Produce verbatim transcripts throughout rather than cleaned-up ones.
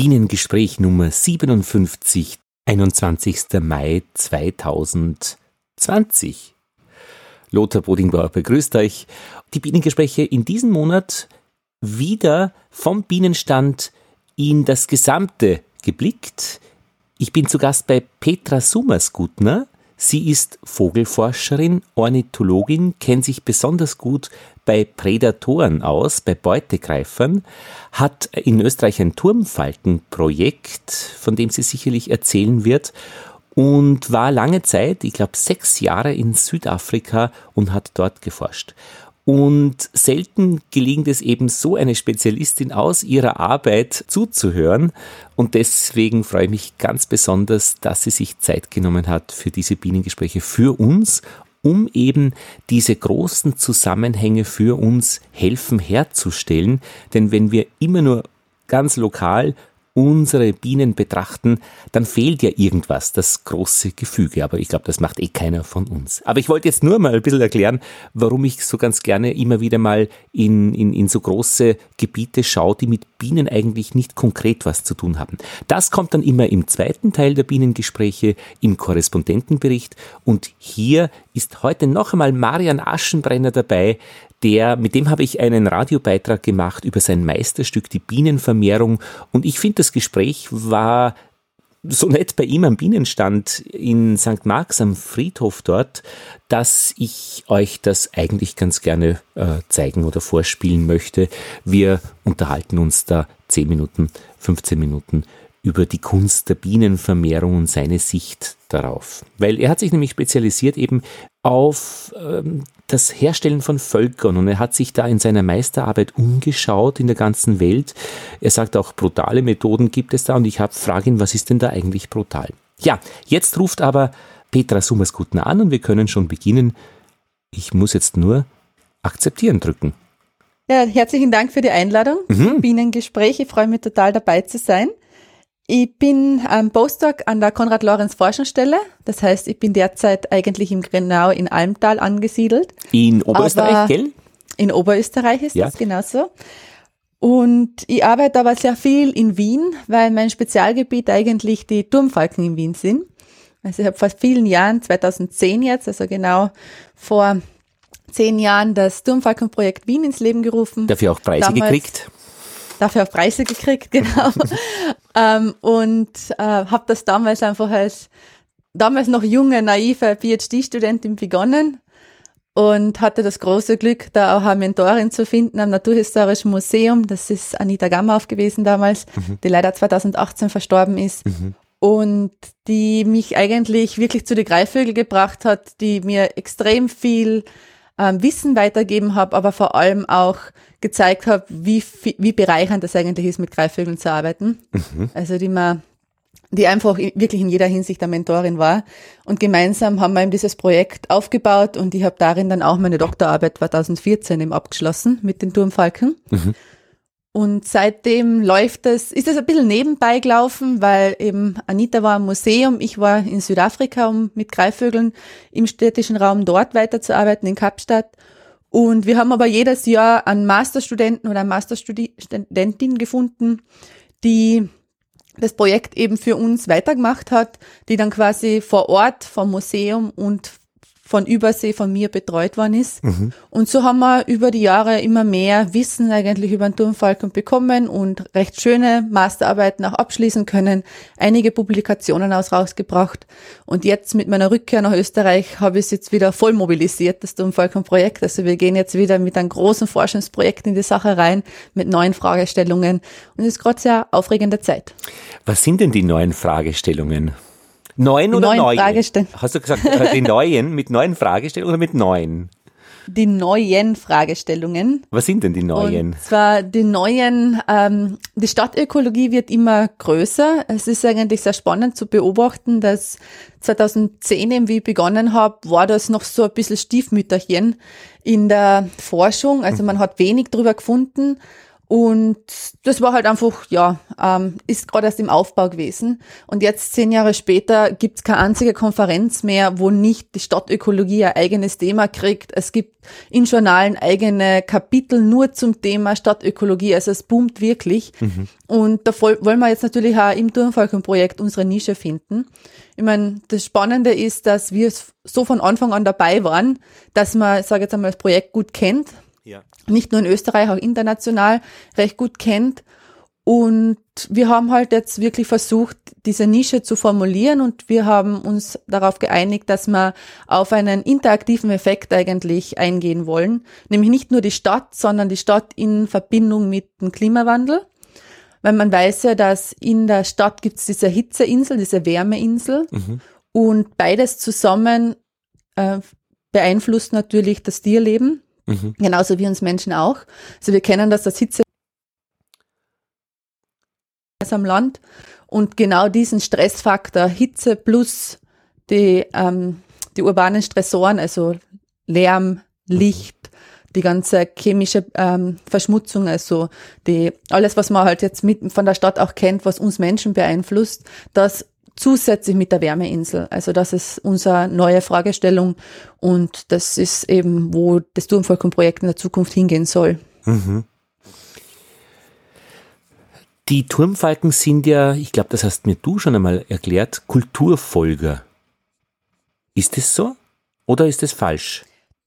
Bienengespräch Nummer siebenundfünfzig, einundzwanzigster Mai zweitausendzwanzig. Lothar Bodingbauer begrüßt euch. Die Bienengespräche in diesem Monat wieder vom Bienenstand in das Gesamte geblickt. Ich bin zu Gast bei Petra Summersgutner. Sie ist Vogelforscherin, Ornithologin, kennt sich besonders gut bei Prädatoren aus, bei Beutegreifern, hat in Österreich ein Turmfalkenprojekt, von dem sie sicherlich erzählen wird, und war lange Zeit, ich glaube sechs Jahre in Südafrika und hat dort geforscht. Und selten gelingt es eben so eine Spezialistin aus ihrer Arbeit zuzuhören. Und deswegen freue ich mich ganz besonders, dass sie sich Zeit genommen hat für diese Bienengespräche für uns, um eben diese großen Zusammenhänge für uns helfen herzustellen. Denn wenn wir immer nur ganz lokal unsere Bienen betrachten, dann fehlt ja irgendwas, das große Gefüge. Aber ich glaube, das macht eh keiner von uns. Aber ich wollte jetzt nur mal ein bisschen erklären, warum ich so ganz gerne immer wieder mal in, in, in so große Gebiete schaue, die mit Bienen eigentlich nicht konkret was zu tun haben. Das kommt dann immer im zweiten Teil der Bienengespräche, im Korrespondentenbericht. Und hier ist heute noch einmal Marian Aschenbrenner dabei, Der, mit dem habe ich einen Radiobeitrag gemacht über sein Meisterstück, die Bienenvermehrung. Und ich finde, das Gespräch war so nett bei ihm am Bienenstand in Sankt Marx am Friedhof dort, dass ich euch das eigentlich ganz gerne äh, zeigen oder vorspielen möchte. Wir unterhalten uns da zehn Minuten, fünfzehn Minuten über die Kunst der Bienenvermehrung und seine Sicht darauf. Weil er hat sich nämlich spezialisiert eben auf ähm, das Herstellen von Völkern und er hat sich da in seiner Meisterarbeit umgeschaut in der ganzen Welt. Er sagt auch, brutale Methoden gibt es da und ich habe frage ihn, was ist denn da eigentlich brutal? Ja, jetzt ruft aber Petra Summersgutner an und wir können schon beginnen. Ich muss jetzt nur akzeptieren drücken. Ja, herzlichen Dank für die Einladung Mhm. zum Bienengespräch. Ich freue mich total dabei zu sein. Ich bin am Postdoc an der Konrad-Lorenz-Forschungsstelle. Das heißt, ich bin derzeit eigentlich im Grenau in Almtal angesiedelt. In Oberösterreich, Aber gell? In Oberösterreich ist Ja. das genauso. Und ich arbeite aber sehr viel in Wien, weil mein Spezialgebiet eigentlich die Turmfalken in Wien sind. Also ich habe vor vielen Jahren, zweitausendzehn jetzt, also genau vor zehn Jahren, das Turmfalkenprojekt Wien ins Leben gerufen. Dafür auch Preise Damals- gekriegt. Dafür auch Preise gekriegt, genau. ähm, und äh, habe das damals einfach als damals noch junge, naive PhD-Studentin begonnen und hatte das große Glück, da auch eine Mentorin zu finden am Naturhistorischen Museum. Das ist Anita Gammauf gewesen damals, Mhm. die leider zweitausendachtzehn verstorben ist. Mhm. Und die mich eigentlich wirklich zu den Greifvögeln gebracht hat, die mir extrem viel ähm, Wissen weitergeben habe, aber vor allem auch gezeigt habe, wie, fi- wie bereichernd das eigentlich ist, mit Greifvögeln zu arbeiten. Mhm. Also die man, die einfach i- wirklich in jeder Hinsicht eine Mentorin war. Und gemeinsam haben wir eben dieses Projekt aufgebaut und ich habe darin dann auch meine Doktorarbeit zweitausendvierzehn eben abgeschlossen mit den Turmfalken. Mhm. Und seitdem läuft das, ist das ein bisschen nebenbei gelaufen, weil eben Anita war im Museum, ich war in Südafrika, um mit Greifvögeln im städtischen Raum dort weiterzuarbeiten, in Kapstadt. Und wir haben aber jedes Jahr einen Masterstudenten oder eine Masterstudentin gefunden, die das Projekt eben für uns weitergemacht hat, die dann quasi vor Ort vom Museum und von Übersee von mir betreut worden ist. Mhm. Und so haben wir über die Jahre immer mehr Wissen eigentlich über den Turmfalken bekommen und recht schöne Masterarbeiten auch abschließen können, einige Publikationen aus rausgebracht. Und jetzt mit meiner Rückkehr nach Österreich habe ich es jetzt wieder voll mobilisiert, das Turmfalkenprojekt. Also wir gehen jetzt wieder mit einem großen Forschungsprojekt in die Sache rein, mit neuen Fragestellungen. Und es ist gerade sehr aufregende Zeit. Was sind denn die neuen Fragestellungen? Neun Die oder neuen neue? Fragestellungen. Hast du gesagt, äh, die neuen mit neuen Fragestellungen oder mit neuen? Die neuen Fragestellungen. Was sind denn die neuen? Und zwar die neuen, ähm, die Stadtökologie wird immer größer. Es ist eigentlich sehr spannend zu beobachten, dass zweitausendzehn, eben wie ich begonnen habe, war das noch so ein bisschen Stiefmütterchen in der Forschung. Also man hat wenig drüber gefunden. Und das war halt einfach, ja, ähm, ist gerade erst im Aufbau gewesen. Und jetzt, zehn Jahre später, gibt es keine einzige Konferenz mehr, wo nicht die Stadtökologie ein eigenes Thema kriegt. Es gibt in Journalen eigene Kapitel nur zum Thema Stadtökologie. Also es boomt wirklich. Mhm. Und da wollen wir jetzt natürlich auch im Turmfalken-Projekt unsere Nische finden. Ich meine, das Spannende ist, dass wir so von Anfang an dabei waren, dass man, ich sage jetzt einmal, das Projekt gut kennt. Ja. Nicht nur in Österreich, auch international recht gut kennt. Und wir haben halt jetzt wirklich versucht, diese Nische zu formulieren und wir haben uns darauf geeinigt, dass wir auf einen interaktiven Effekt eigentlich eingehen wollen. Nämlich nicht nur die Stadt, sondern die Stadt in Verbindung mit dem Klimawandel. Weil man weiß ja, dass in der Stadt gibt es diese Hitzeinsel, diese Wärmeinsel. Mhm. Und beides zusammen äh, beeinflusst natürlich das Tierleben. Mhm. Genauso wie uns Menschen auch. Also wir kennen das, das Hitze am Land und genau diesen Stressfaktor Hitze plus die, ähm, die urbanen Stressoren, also Lärm, Licht, die ganze chemische ähm, Verschmutzung, also die alles, was man halt jetzt mit von der Stadt auch kennt, was uns Menschen beeinflusst, das zusätzlich mit der Wärmeinsel. Also das ist unsere neue Fragestellung und das ist eben, wo das Turmfalken-Projekt in der Zukunft hingehen soll. Mhm. Die Turmfalken sind ja, ich glaube, das hast mir du schon einmal erklärt, Kulturfolger. Ist es so oder ist es falsch?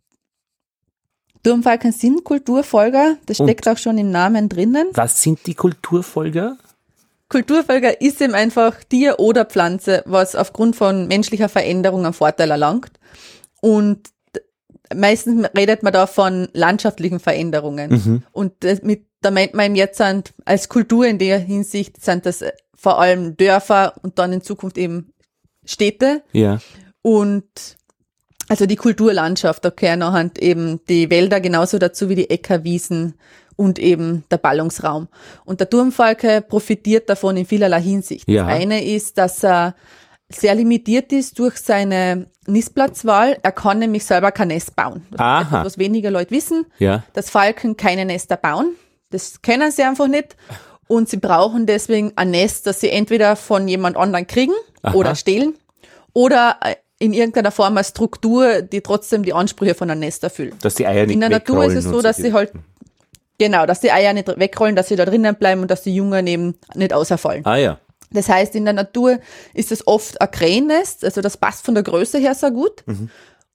Turmfalken sind Kulturfolger, das steckt und auch schon im Namen drinnen. Was sind die Kulturfolger? Kulturfolger ist eben einfach Tier oder Pflanze, was aufgrund von menschlicher Veränderung einen Vorteil erlangt. Und meistens redet man da von landschaftlichen Veränderungen. Mhm. Und mit, da meint man jetzt sind, als Kultur in der Hinsicht sind das vor allem Dörfer und dann in Zukunft eben Städte. Ja. Und also die Kulturlandschaft, da gehören auch eben die Wälder genauso dazu wie die Äcker, Wiesen und eben der Ballungsraum. Und der Turmfalke profitiert davon in vielerlei Hinsicht. Ja. Das eine ist, dass er sehr limitiert ist durch seine Nistplatzwahl. Er kann nämlich selber kein Nest bauen. Das ist etwas, was weniger Leute wissen, ja. dass Falken keine Nester bauen. Das können sie einfach nicht. Und sie brauchen deswegen ein Nest, das sie entweder von jemand anderem kriegen Aha. oder stehlen oder in irgendeiner Form eine Struktur, die trotzdem die Ansprüche von einem Nest erfüllt. Dass die Eier nicht In der Natur ist es so, dass sie halt Genau, dass die Eier nicht wegrollen, dass sie da drinnen bleiben und dass die Jungen eben nicht außerfallen. Ah ja. Das heißt, in der Natur ist es oft ein Krähennest, also das passt von der Größe her sehr gut. Mhm.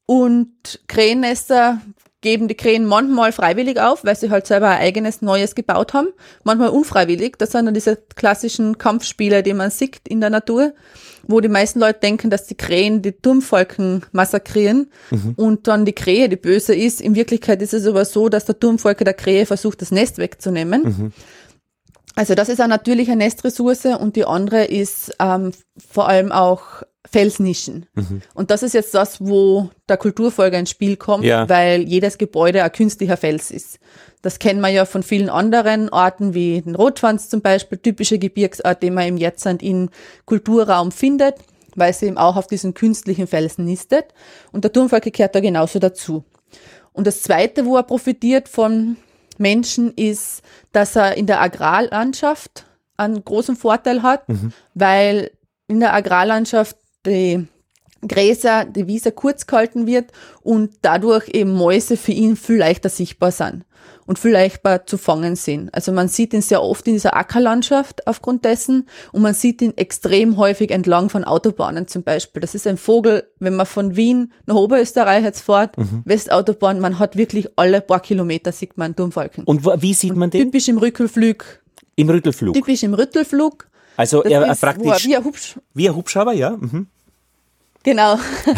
Und Krähennester geben die Krähen manchmal freiwillig auf, weil sie halt selber ein eigenes Neues gebaut haben. Manchmal unfreiwillig. Das sind dann diese klassischen Kampfspiele, die man sieht in der Natur, wo die meisten Leute denken, dass die Krähen die Turmfalken massakrieren mhm. und dann die Krähe die Böse ist. In Wirklichkeit ist es aber so, dass der Turmfalke der Krähe versucht, das Nest wegzunehmen. Mhm. Also das ist eine natürliche Nestressource und die andere ist ähm, vor allem auch Felsnischen. Mhm. Und das ist jetzt das, wo der Kulturfolger ins Spiel kommt, ja. weil jedes Gebäude ein künstlicher Fels ist. Das kennen wir ja von vielen anderen Orten, wie den Rotschwanz zum Beispiel, typische Gebirgsort, den man im Jetzand im Kulturraum findet, weil sie eben auch auf diesen künstlichen Felsen nistet. Und der Turmfalke gehört da genauso dazu. Und das Zweite, wo er profitiert von Menschen, ist, dass er in der Agrarlandschaft einen großen Vorteil hat, mhm. weil in der Agrarlandschaft die Gräser, die Wiese kurz gehalten wird und dadurch eben Mäuse für ihn viel leichter sichtbar sind und viel leichter zu fangen sind. Also man sieht ihn sehr oft in dieser Ackerlandschaft aufgrund dessen und man sieht ihn extrem häufig entlang von Autobahnen zum Beispiel. Das ist ein Vogel, wenn man von Wien nach Oberösterreich jetzt fährt, mhm. Westautobahn, man hat wirklich alle paar Kilometer sieht man einen Turmfalken. Und wo, wie sieht man und den? Typisch im Rückelflug. Im Rüttelflug? Typisch im Rüttelflug. Also das er ist, praktisch wie ein, Hubsch- wie ein Hubschrauber, ja. Mhm. Genau,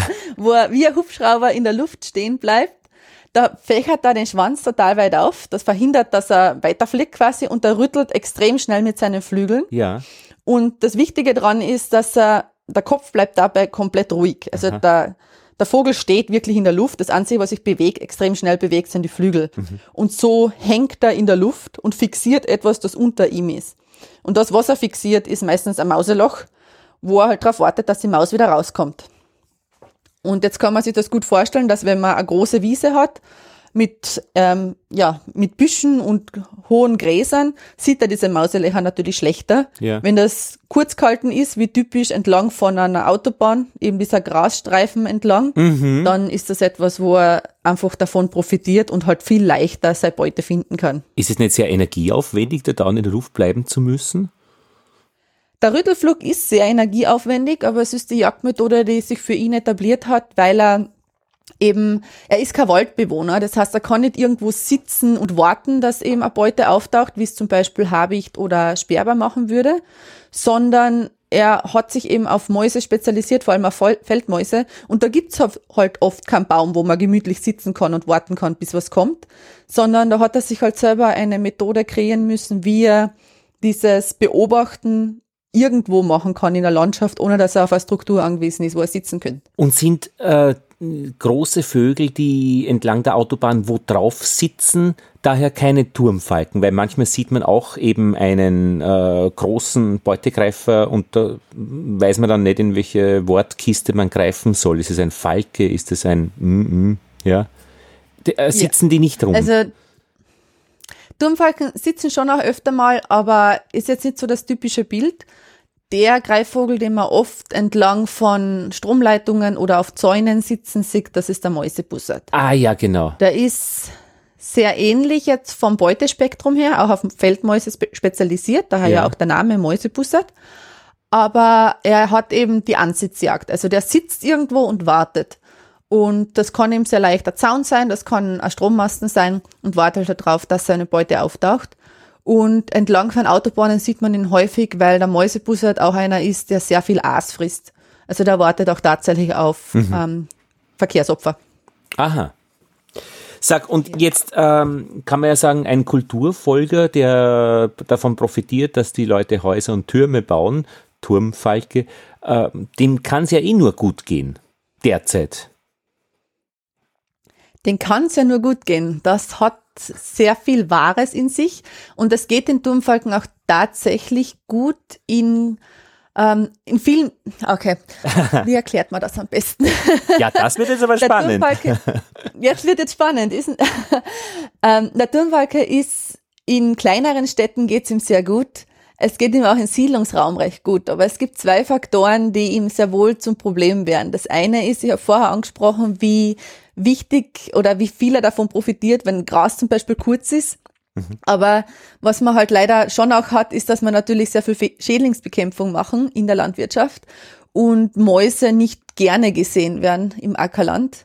wo er wie ein Hubschrauber in der Luft stehen bleibt. Da fächert er den Schwanz total weit auf. Das verhindert, dass er weiterfliegt quasi und er rüttelt extrem schnell mit seinen Flügeln. Ja. Und das Wichtige daran ist, dass er, der Kopf bleibt dabei komplett ruhig. Also der, der Vogel steht wirklich in der Luft. Das Einzige, was sich bewegt, extrem schnell bewegt, sind die Flügel. Mhm. Und so hängt er in der Luft und fixiert etwas, das unter ihm ist. Und das, was er fixiert, ist meistens ein Mauseloch, wo er halt darauf wartet, dass die Maus wieder rauskommt. Und jetzt kann man sich das gut vorstellen, dass wenn man eine große Wiese hat, mit, ähm, ja, mit Büschen und hohen Gräsern sieht er diese Mauselöcher natürlich schlechter. Ja. Wenn das kurz gehalten ist, wie typisch entlang von einer Autobahn, eben dieser Grasstreifen entlang, Mhm. dann ist das etwas, wo er einfach davon profitiert und halt viel leichter seine Beute finden kann. Ist es nicht sehr energieaufwendig, da dauernd in der Luft bleiben zu müssen? Der Rüttelflug ist sehr energieaufwendig, aber es ist die Jagdmethode, die sich für ihn etabliert hat, weil er eben, er ist kein Waldbewohner, das heißt, er kann nicht irgendwo sitzen und warten, dass eben eine Beute auftaucht, wie es zum Beispiel Habicht oder Sperber machen würde, sondern er hat sich eben auf Mäuse spezialisiert, vor allem auf Feldmäuse, und da gibt's halt oft keinen Baum, wo man gemütlich sitzen kann und warten kann, bis was kommt, sondern da hat er sich halt selber eine Methode kreieren müssen, wie er dieses Beobachten irgendwo machen kann in der Landschaft, ohne dass er auf eine Struktur angewiesen ist, wo er sitzen könnte. Und sind äh, große Vögel, die entlang der Autobahn wo drauf sitzen, daher keine Turmfalken? Weil manchmal sieht man auch eben einen äh, großen Beutegreifer und da weiß man dann nicht, in welche Wortkiste man greifen soll. Ist es ein Falke? Ist es ein mm-mm? Ja? Die, äh, sitzen ja. die nicht rum? Also Turmfalken sitzen schon auch öfter mal, aber ist jetzt nicht so das typische Bild. Der Greifvogel, den man oft entlang von Stromleitungen oder auf Zäunen sitzen sieht, das ist der Mäusebussard. Ah ja, genau. Der ist sehr ähnlich jetzt vom Beutespektrum her, auch auf Feldmäuse spe- spezialisiert, daher ja. ja auch der Name Mäusebussard. Aber er hat eben die Ansitzjagd, also der sitzt irgendwo und wartet. Und das kann eben sehr leicht ein Zaun sein, das kann ein Strommasten sein und wartet halt darauf, dass seine Beute auftaucht. Und entlang von Autobahnen sieht man ihn häufig, weil der Mäusebussard auch einer ist, der sehr viel Aas frisst. Also der wartet auch tatsächlich auf mhm. ähm, Verkehrsopfer. Aha. Sag, und jetzt ähm, kann man ja sagen, ein Kulturfolger, der davon profitiert, dass die Leute Häuser und Türme bauen, Turmfalke, äh, dem kann es ja eh nur gut gehen, derzeit. Den kann es ja nur gut gehen. Das hat sehr viel Wahres in sich und es geht den Turmfalken auch tatsächlich gut in, ähm, in vielen, okay, wie erklärt man das am besten? Ja, das wird jetzt aber der spannend. Jetzt wird jetzt spannend. Ist, ähm, der Turmfalke ist, in kleineren Städten geht es ihm sehr gut. Es geht ihm auch im Siedlungsraum recht gut, aber es gibt zwei Faktoren, die ihm sehr wohl zum Problem werden. Das eine ist, ich habe vorher angesprochen, wie wichtig oder wie viel er davon profitiert, wenn Gras zum Beispiel kurz ist. Mhm. Aber was man halt leider schon auch hat, ist, dass wir natürlich sehr viel Schädlingsbekämpfung machen in der Landwirtschaft und Mäuse nicht gerne gesehen werden im Ackerland.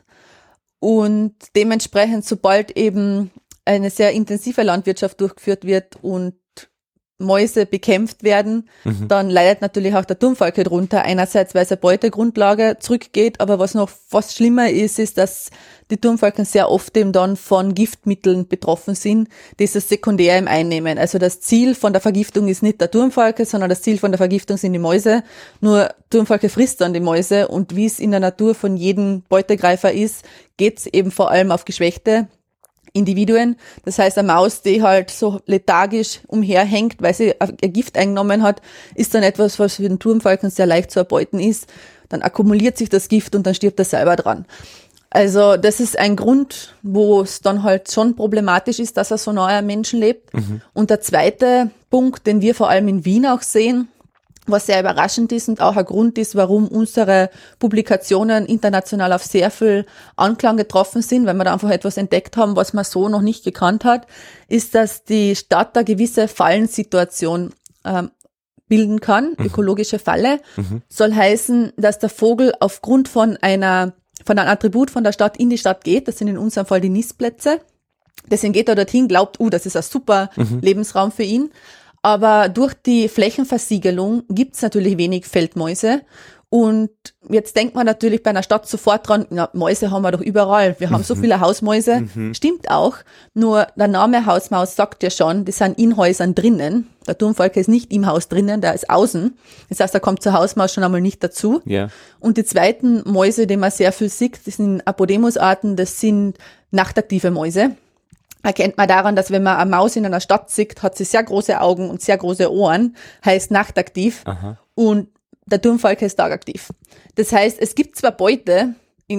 Und dementsprechend, sobald eben eine sehr intensive Landwirtschaft durchgeführt wird und Mäuse bekämpft werden, mhm. dann leidet natürlich auch der Turmfalke drunter. Einerseits, weil seine Beutegrundlage zurückgeht, aber was noch fast schlimmer ist, ist, dass die Turmfalken sehr oft eben dann von Giftmitteln betroffen sind, die sie sekundär im Einnehmen. Also das Ziel von der Vergiftung ist nicht der Turmfalke, sondern das Ziel von der Vergiftung sind die Mäuse. Nur Turmfalke frisst dann die Mäuse und wie es in der Natur von jedem Beutegreifer ist, geht es eben vor allem auf geschwächte Individuen. Das heißt, eine Maus, die halt so lethargisch umherhängt, weil sie ihr Gift eingenommen hat, ist dann etwas, was für den Turmfalken sehr leicht zu erbeuten ist. Dann akkumuliert sich das Gift und dann stirbt er selber dran. Also das ist ein Grund, wo es dann halt schon problematisch ist, dass er so nahe am Menschen lebt. Mhm. Und der zweite Punkt, den wir vor allem in Wien auch sehen, was sehr überraschend ist und auch ein Grund ist, warum unsere Publikationen international auf sehr viel Anklang getroffen sind, weil wir da einfach etwas entdeckt haben, was man so noch nicht gekannt hat, ist, dass die Stadt eine gewisse Fallensituation ähm, bilden kann, mhm. ökologische Falle. Mhm. Soll heißen, dass der Vogel aufgrund von einer von einem Attribut von der Stadt in die Stadt geht, das sind in unserem Fall die Nistplätze. Deswegen geht er dorthin, glaubt, uh, das ist ein super mhm. Lebensraum für ihn. Aber durch die Flächenversiegelung gibt es natürlich wenig Feldmäuse. Und jetzt denkt man natürlich bei einer Stadt sofort dran, na, Mäuse haben wir doch überall. Wir haben mhm. so viele Hausmäuse. Mhm. Stimmt auch. Nur der Name Hausmaus sagt ja schon, die sind in Häusern drinnen. Der Turmfalke ist nicht im Haus drinnen, der ist außen. Das heißt, er kommt zur Hausmaus schon einmal nicht dazu. Ja. Und die zweiten Mäuse, die man sehr viel sieht, das sind Apodemus-Arten, das sind nachtaktive Mäuse. Erkennt man daran, dass wenn man eine Maus in einer Stadt sieht, hat sie sehr große Augen und sehr große Ohren, heißt nachtaktiv. Aha. Und der Turmfalke ist tagaktiv. Das heißt, es gibt zwar Beute in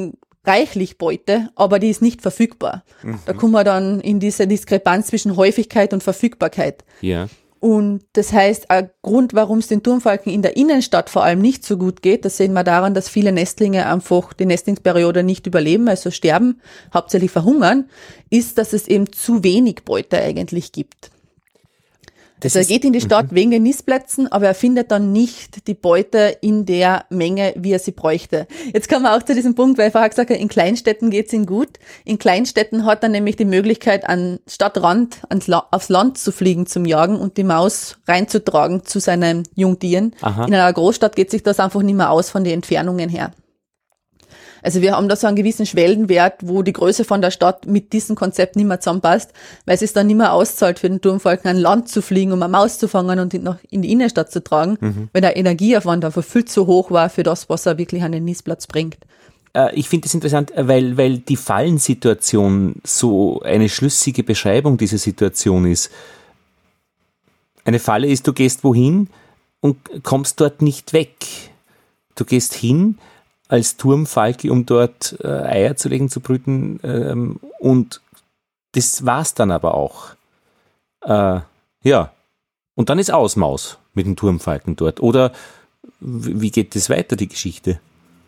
reichlich Beute, aber die ist nicht verfügbar. Mhm. Da kommen wir dann in diese Diskrepanz zwischen Häufigkeit und Verfügbarkeit. Ja. Und das heißt, ein Grund, warum es den Turmfalken in der Innenstadt vor allem nicht so gut geht, das sehen wir daran, dass viele Nestlinge einfach die Nestlingsperiode nicht überleben, also sterben, hauptsächlich verhungern, ist, dass es eben zu wenig Beute eigentlich gibt. Das also er geht in die Stadt mhm. wegen den Nistplätzen, aber er findet dann nicht die Beute in der Menge, wie er sie bräuchte. Jetzt kommen wir auch zu diesem Punkt, weil ich vorher gesagt habe, in Kleinstädten geht es ihm gut. In Kleinstädten hat er nämlich die Möglichkeit, an Stadtrand ans La- aufs Land zu fliegen zum Jagen und die Maus reinzutragen zu seinen Jungtieren. Aha. In einer Großstadt geht sich das einfach nicht mehr aus von den Entfernungen her. Also wir haben da so einen gewissen Schwellenwert, wo die Größe von der Stadt mit diesem Konzept nicht mehr zusammenpasst, weil es sich dann nicht mehr auszahlt für den Turmfalken, an Land zu fliegen, um eine Maus zu fangen und ihn noch in die Innenstadt zu tragen, mhm. weil der Energieaufwand einfach viel zu hoch war für das, was er wirklich an den Nistplatz bringt. Äh, ich finde das interessant, weil, weil die Fallensituation so eine schlüssige Beschreibung dieser Situation ist. Eine Falle ist, du gehst wohin und kommst dort nicht weg. Du gehst hin als Turmfalke, um dort äh, Eier zu legen, zu brüten. Ähm, und das war's dann aber auch. Äh, ja. Und dann ist aus, Maus, mit dem Turmfalken dort. Oder w- wie geht das weiter, die Geschichte?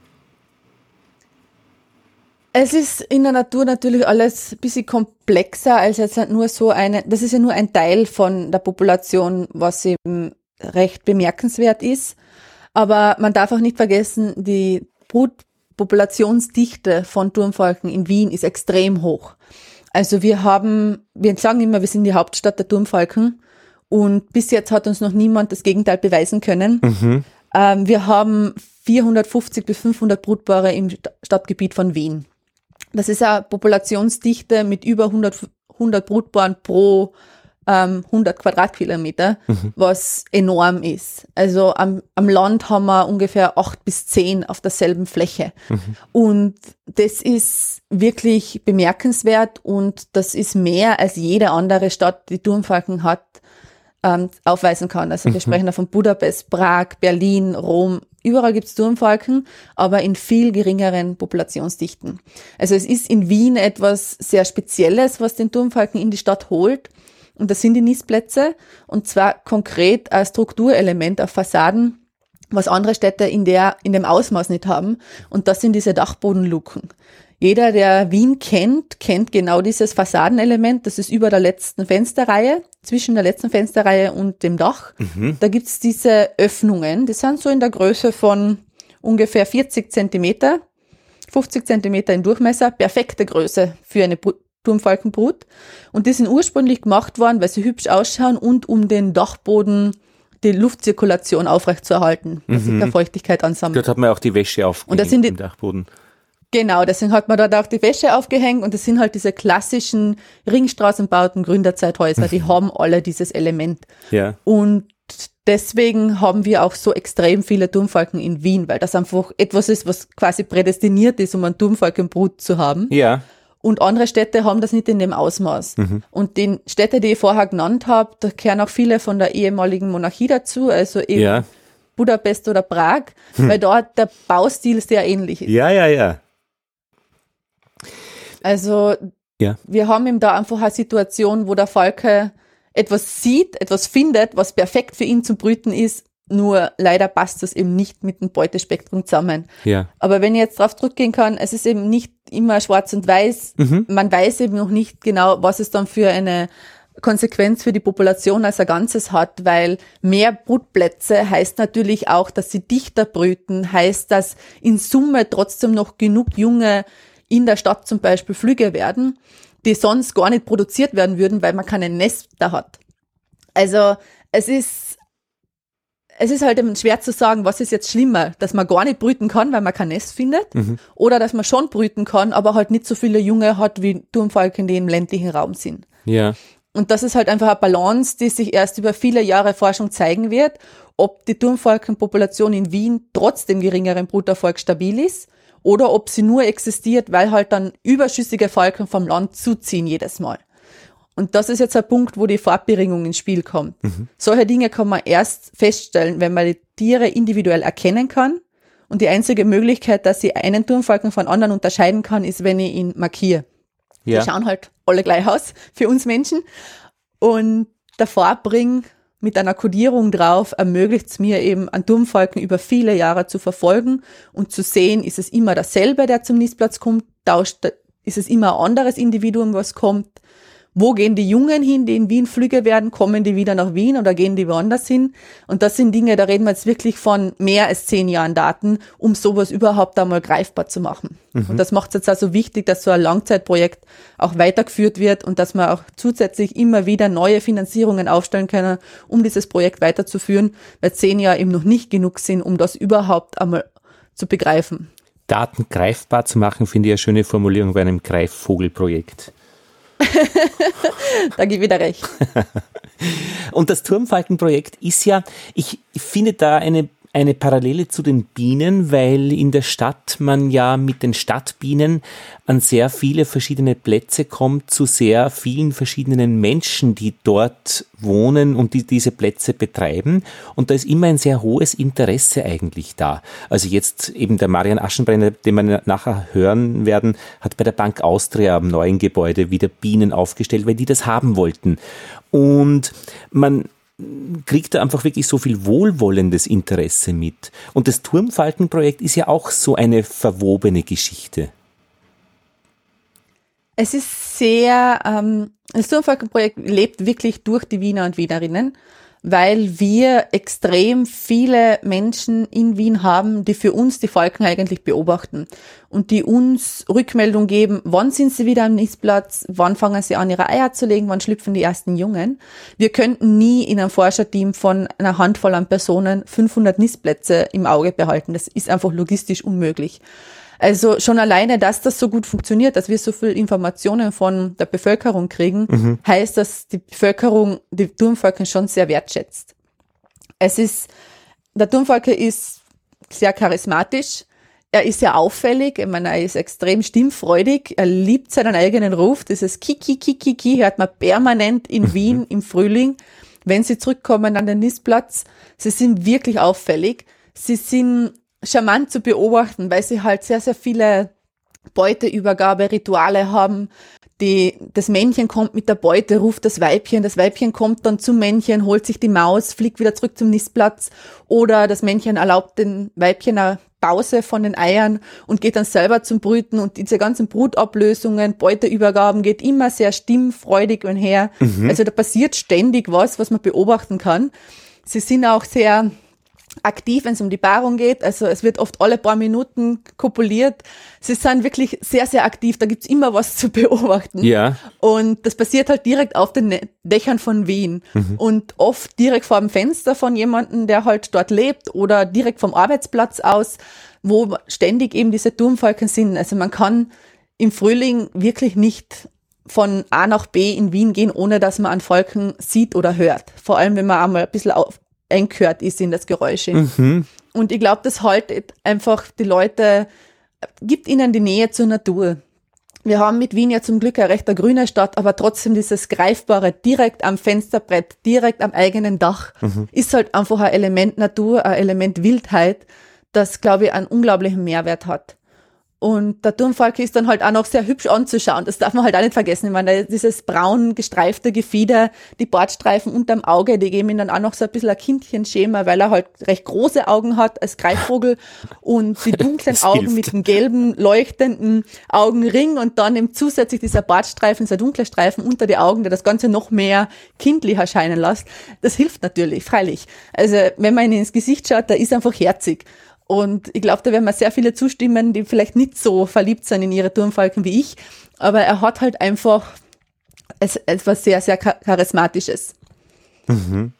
Es ist in der Natur natürlich alles ein bisschen komplexer als jetzt nur so eine, das ist ja nur ein Teil von der Population, was eben recht bemerkenswert ist. Aber man darf auch nicht vergessen, die Brutpopulationsdichte von Turmfalken in Wien ist extrem hoch. Also wir haben, wir sagen immer, wir sind die Hauptstadt der Turmfalken und bis jetzt hat uns noch niemand das Gegenteil beweisen können. Mhm. Ähm, wir haben vierhundertfünfzig bis fünfhundert Brutpaare im Stadtgebiet von Wien. Das ist eine Populationsdichte mit über hundert, hundert Brutpaaren pro ähm, hundert Quadratkilometer, mhm. was enorm ist. Also am, am Land haben wir ungefähr acht bis zehn auf derselben Fläche. Mhm. Und das ist wirklich bemerkenswert und das ist mehr als jede andere Stadt, die Turmfalken hat, ähm, aufweisen kann. Also wir mhm. sprechen da von Budapest, Prag, Berlin, Rom. Überall gibt es Turmfalken, aber in viel geringeren Populationsdichten. Also es ist in Wien etwas sehr Spezielles, was den Turmfalken in die Stadt holt. Und das sind die Nistplätze. Und zwar konkret ein Strukturelement auf Fassaden, was andere Städte in der, in dem Ausmaß nicht haben. Und das sind diese Dachbodenluken. Jeder, der Wien kennt, kennt genau dieses Fassadenelement. Das ist über der letzten Fensterreihe, zwischen der letzten Fensterreihe und dem Dach. Mhm. Da gibt's diese Öffnungen. Die sind so in der Größe von ungefähr vierzig Zentimeter, fünfzig Zentimeter im Durchmesser. Perfekte Größe für eine Turmfalkenbrut. Und die sind ursprünglich gemacht worden, weil sie hübsch ausschauen und um den Dachboden die Luftzirkulation aufrechtzuerhalten, dass sich mhm. da Feuchtigkeit ansammelt. Dort hat man auch die Wäsche aufgehängt und das sind die, im Dachboden. Genau, deswegen hat man dort auch die Wäsche aufgehängt und das sind halt diese klassischen Ringstraßenbauten, Gründerzeithäuser, die haben alle dieses Element. Ja. Und deswegen haben wir auch so extrem viele Turmfalken in Wien, weil das einfach etwas ist, was quasi prädestiniert ist, um einen Turmfalkenbrut zu haben. Ja. Und andere Städte haben das nicht in dem Ausmaß. Mhm. Und die Städte, die ich vorher genannt habe, da gehören auch viele von der ehemaligen Monarchie dazu, also eben ja. Budapest oder Prag, hm. weil dort der Baustil sehr ähnlich ist. Ja, ja, ja. Also ja. wir haben eben da einfach eine Situation, wo der Falke etwas sieht, etwas findet, was perfekt für ihn zum Brüten ist, nur leider passt das eben nicht mit dem Beutespektrum zusammen. Ja. Aber wenn ich jetzt drauf zurückgehen kann, es ist eben nicht immer schwarz und weiß, mhm. man weiß eben noch nicht genau, was es dann für eine Konsequenz für die Population als ein Ganzes hat, weil mehr Brutplätze heißt natürlich auch, dass sie dichter brüten, heißt, dass in Summe trotzdem noch genug Junge in der Stadt zum Beispiel Flüge werden, die sonst gar nicht produziert werden würden, weil man keine Nester hat. Also es ist, es ist halt eben schwer zu sagen, was ist jetzt schlimmer, dass man gar nicht brüten kann, weil man kein Nest findet, mhm. oder dass man schon brüten kann, aber halt nicht so viele Junge hat wie Turmfalken, die im ländlichen Raum sind. Ja. Und das ist halt einfach eine Balance, die sich erst über viele Jahre Forschung zeigen wird, ob die Turmfalkenpopulation in Wien trotz dem geringeren Bruterfolg stabil ist oder ob sie nur existiert, weil halt dann überschüssige Falken vom Land zuziehen jedes Mal. Und das ist jetzt ein Punkt, wo die Fortbringung ins Spiel kommt. Mhm. Solche Dinge kann man erst feststellen, wenn man die Tiere individuell erkennen kann Und die einzige Möglichkeit, dass ich einen Turmfalken von anderen unterscheiden kann, ist, wenn ich ihn markiere. Ja. Die schauen halt alle gleich aus für uns Menschen. Und der Farbring mit einer Kodierung drauf ermöglicht es mir eben, einen Turmfalken über viele Jahre zu verfolgen und zu sehen, ist es immer dasselbe, der zum Nistplatz kommt, tauscht, ist es immer ein anderes Individuum, was kommt. Wo gehen die Jungen hin, die in Wien Flüge werden? Kommen die wieder nach Wien oder gehen die woanders hin? Und das sind Dinge, da reden wir jetzt wirklich von mehr als zehn Jahren Daten, um sowas überhaupt einmal greifbar zu machen. Mhm. Und das macht es jetzt also wichtig, dass so ein Langzeitprojekt auch weitergeführt wird und dass wir auch zusätzlich immer wieder neue Finanzierungen aufstellen können, um dieses Projekt weiterzuführen, weil zehn Jahre eben noch nicht genug sind, um das überhaupt einmal zu begreifen. Daten greifbar zu machen, finde ich eine schöne Formulierung bei einem Greifvogelprojekt. Da gebe ich dir recht. Und das Turmfalkenprojekt ist ja, ich finde da eine, eine Parallele zu den Bienen, weil in der Stadt man ja mit den Stadtbienen an sehr viele verschiedene Plätze kommt, zu sehr vielen verschiedenen Menschen, die dort wohnen und die diese Plätze betreiben. Und da ist immer ein sehr hohes Interesse eigentlich da. Also jetzt eben der Marian Aschenbrenner, den wir nachher hören werden, hat bei der Bank Austria am neuen Gebäude wieder Bienen aufgestellt, weil die das haben wollten. Und man kriegt da einfach wirklich so viel wohlwollendes Interesse mit. Und das Turmfalkenprojekt ist ja auch so eine verwobene Geschichte. Es ist sehr, ähm, das Turmfalkenprojekt lebt wirklich durch die Wiener und Wienerinnen, weil wir extrem viele Menschen in Wien haben, die für uns die Falken eigentlich beobachten und die uns Rückmeldung geben, wann sind sie wieder am Nistplatz, wann fangen sie an, ihre Eier zu legen, wann schlüpfen die ersten Jungen. Wir könnten nie in einem Forscherteam von einer Handvoll an Personen fünfhundert Nistplätze im Auge behalten. Das ist einfach logistisch unmöglich. Also schon alleine, dass das so gut funktioniert, dass wir so viel Informationen von der Bevölkerung kriegen, mhm. heißt, dass die Bevölkerung die Turmfalken schon sehr wertschätzt. Es ist, der Turmfalke ist sehr charismatisch, er ist sehr auffällig, ich meine, er ist extrem stimmfreudig, er liebt seinen eigenen Ruf, dieses Kiki, Kiki, Kiki hört man permanent in Wien im Frühling, wenn sie zurückkommen an den Nistplatz. Sie sind wirklich auffällig, sie sind charmant zu beobachten, weil sie halt sehr, sehr viele Beuteübergabe-Rituale haben. Die, das Männchen kommt mit der Beute, ruft das Weibchen, das Weibchen kommt dann zum Männchen, holt sich die Maus, fliegt wieder zurück zum Nistplatz oder das Männchen erlaubt den Weibchen eine Pause von den Eiern und geht dann selber zum Brüten und diese ganzen Brutablösungen, Beuteübergaben geht immer sehr stimmfreudig einher. Mhm. Also da passiert ständig was, was man beobachten kann. Sie sind auch sehr aktiv, wenn es um die Paarung geht. Also es wird oft alle paar Minuten kopuliert. Sie sind wirklich sehr, sehr aktiv. Da gibt's immer was zu beobachten. Ja. Und das passiert halt direkt auf den Dächern von Wien. Mhm. Und oft direkt vor dem Fenster von jemandem, der halt dort lebt oder direkt vom Arbeitsplatz aus, wo ständig eben diese Turmfalken sind. Also man kann im Frühling wirklich nicht von A nach B in Wien gehen, ohne dass man einen Falken sieht oder hört. Vor allem, wenn man einmal ein bisschen auf eingehört ist in das Geräusch. Mhm. Und ich glaube, das haltet einfach die Leute, gibt ihnen die Nähe zur Natur. Wir haben mit Wien ja zum Glück eine recht eine grüne Stadt, aber trotzdem dieses Greifbare direkt am Fensterbrett, direkt am eigenen Dach, mhm. ist halt einfach ein Element Natur, ein Element Wildheit, das, glaube ich, einen unglaublichen Mehrwert hat. Und der Turmfalke ist dann halt auch noch sehr hübsch anzuschauen. Das darf man halt auch nicht vergessen. Ich meine, dieses braun gestreifte Gefieder, die Bartstreifen unterm Auge, die geben ihm dann auch noch so ein bisschen ein Kindchenschema, weil er halt recht große Augen hat als Greifvogel und die dunklen das Augen hilft. Mit dem gelben, leuchtenden Augenring und dann eben zusätzlich dieser Bartstreifen, dieser dunkle Streifen unter die Augen, der das Ganze noch mehr kindlich erscheinen lässt. Das hilft natürlich, freilich. Also wenn man ihn ins Gesicht schaut, da ist einfach herzig. Und ich glaube, da werden mir sehr viele zustimmen, die vielleicht nicht so verliebt sind in ihre Turmfalken wie ich. Aber er hat halt einfach etwas sehr, sehr Charismatisches. Mhm.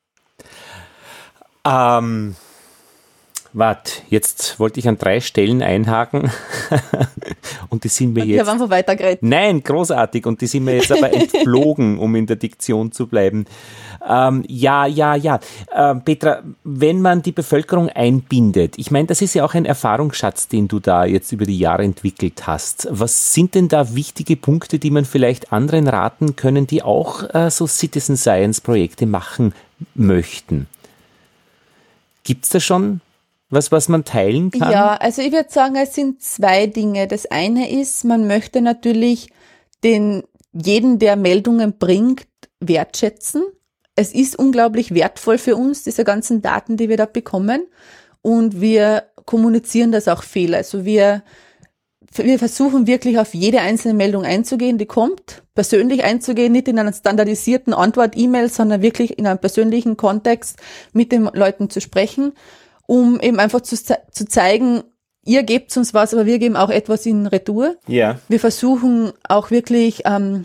Ähm, warte, jetzt wollte ich an drei Stellen einhaken. Und die sind mir und jetzt... Wir haben einfach weitergeredet. Nein, großartig. Und die sind mir jetzt aber entflogen, um in der Diktion zu bleiben. Ähm, ja, ja, ja. Äh, Petra, wenn man die Bevölkerung einbindet, ich meine, das ist ja auch ein Erfahrungsschatz, den du da jetzt über die Jahre entwickelt hast. Was sind denn da wichtige Punkte, die man vielleicht anderen raten können, die auch äh, so Citizen Science Projekte machen möchten? Gibt's da schon Was, was man teilen kann? Ja, also ich würde sagen, es sind zwei Dinge. Das eine ist, man möchte natürlich den jeden, der Meldungen bringt, wertschätzen. Es ist unglaublich wertvoll für uns, diese ganzen Daten, die wir da bekommen. Und wir kommunizieren das auch viel. Also wir, wir versuchen wirklich auf jede einzelne Meldung einzugehen, die kommt, persönlich einzugehen, nicht in einer standardisierten Antwort-E-Mail, sondern wirklich in einem persönlichen Kontext mit den Leuten zu sprechen, um eben einfach zu, zu zeigen, ihr gebt uns was, aber wir geben auch etwas in Retour. Ja. Wir versuchen auch wirklich ähm,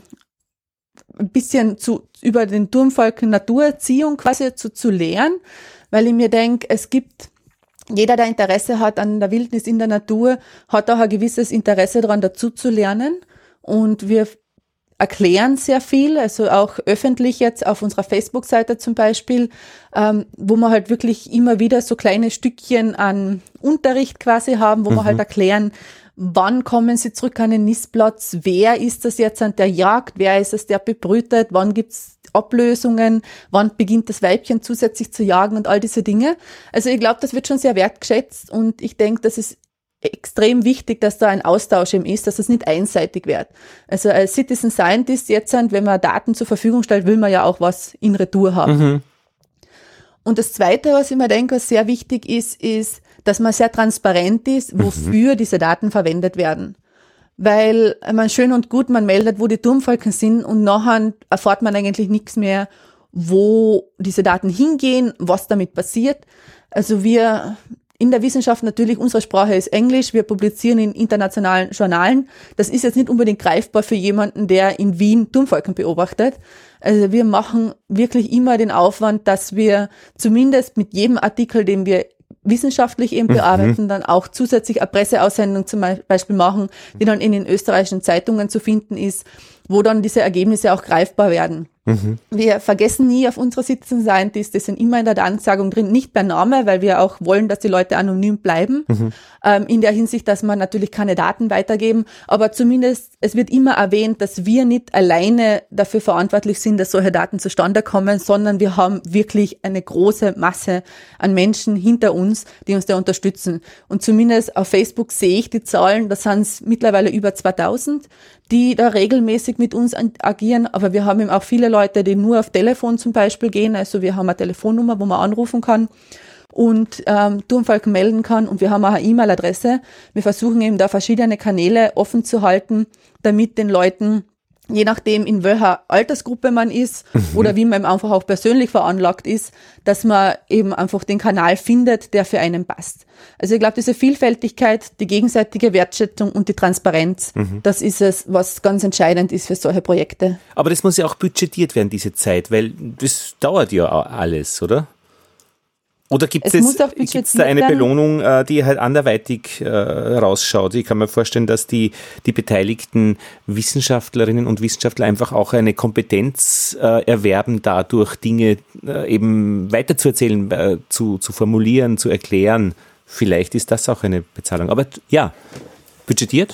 ein bisschen zu, über den Turmfalken Naturerziehung quasi zu, zu lehren, weil ich mir denke, es gibt, jeder, der Interesse hat an der Wildnis in der Natur, hat auch ein gewisses Interesse daran, dazu zu lernen. Und wir erklären sehr viel, also auch öffentlich jetzt auf unserer Facebook-Seite zum Beispiel, ähm, wo wir halt wirklich immer wieder so kleine Stückchen an Unterricht quasi haben, wo mhm. wir halt erklären, wann kommen sie zurück an den Nistplatz, wer ist das jetzt an der Jagd, wer ist es, der bebrütet, wann gibt's Ablösungen, wann beginnt das Weibchen zusätzlich zu jagen und all diese Dinge. Also ich glaube, das wird schon sehr wertgeschätzt und ich denke, das ist extrem wichtig, dass da ein Austausch eben ist, dass es nicht einseitig wird. Also als Citizen Scientist jetzt, wenn man Daten zur Verfügung stellt, will man ja auch was in Retour haben. Mhm. Und das Zweite, was ich mir denke, was sehr wichtig ist, ist, dass man sehr transparent ist, wofür mhm. diese Daten verwendet werden. Weil man schön und gut, man meldet, wo die Turmfalken sind und nachher erfährt man eigentlich nichts mehr, wo diese Daten hingehen, was damit passiert. Also wir in der Wissenschaft natürlich, unsere Sprache ist Englisch, wir publizieren in internationalen Journalen. Das ist jetzt nicht unbedingt greifbar für jemanden, der in Wien Turmfalken beobachtet. Also wir machen wirklich immer den Aufwand, dass wir zumindest mit jedem Artikel, den wir wissenschaftlich eben bearbeiten, mhm. dann auch zusätzlich eine Presseaussendung zum Beispiel machen, die dann in den österreichischen Zeitungen zu finden ist, wo dann diese Ergebnisse auch greifbar werden. Mhm. Wir vergessen nie auf unsere Citizen Scientists, die sind immer in der Ansagung drin, nicht per Name, weil wir auch wollen, dass die Leute anonym bleiben, mhm. ähm, in der Hinsicht, dass man natürlich keine Daten weitergeben, aber zumindest, es wird immer erwähnt, dass wir nicht alleine dafür verantwortlich sind, dass solche Daten zustande kommen, sondern wir haben wirklich eine große Masse an Menschen hinter uns, die uns da unterstützen. Und zumindest auf Facebook sehe ich die Zahlen, da sind es mittlerweile über zweitausend, die da regelmäßig mit uns agieren, aber wir haben eben auch viele Leute, die nur auf Telefon zum Beispiel gehen, also wir haben eine Telefonnummer, wo man anrufen kann und ähm, Turmfalken melden kann und wir haben auch eine E-Mail-Adresse. Wir versuchen eben da verschiedene Kanäle offen zu halten, damit den Leuten, je nachdem in welcher Altersgruppe man ist mhm. oder wie man einfach auch persönlich veranlagt ist, dass man eben einfach den Kanal findet, der für einen passt. Also ich glaube, diese Vielfältigkeit, die gegenseitige Wertschätzung und die Transparenz, mhm. das ist es, was ganz entscheidend ist für solche Projekte. Aber das muss ja auch budgetiert werden, diese Zeit, weil das dauert ja alles, oder? Oder gibt es, es gibt's da eine Belohnung, die halt anderweitig äh, rausschaut? Ich kann mir vorstellen, dass die, die beteiligten Wissenschaftlerinnen und Wissenschaftler einfach auch eine Kompetenz äh, erwerben, dadurch Dinge äh, eben weiterzuerzählen, äh, zu, zu formulieren, zu erklären. Vielleicht ist das auch eine Bezahlung. Aber ja, budgetiert?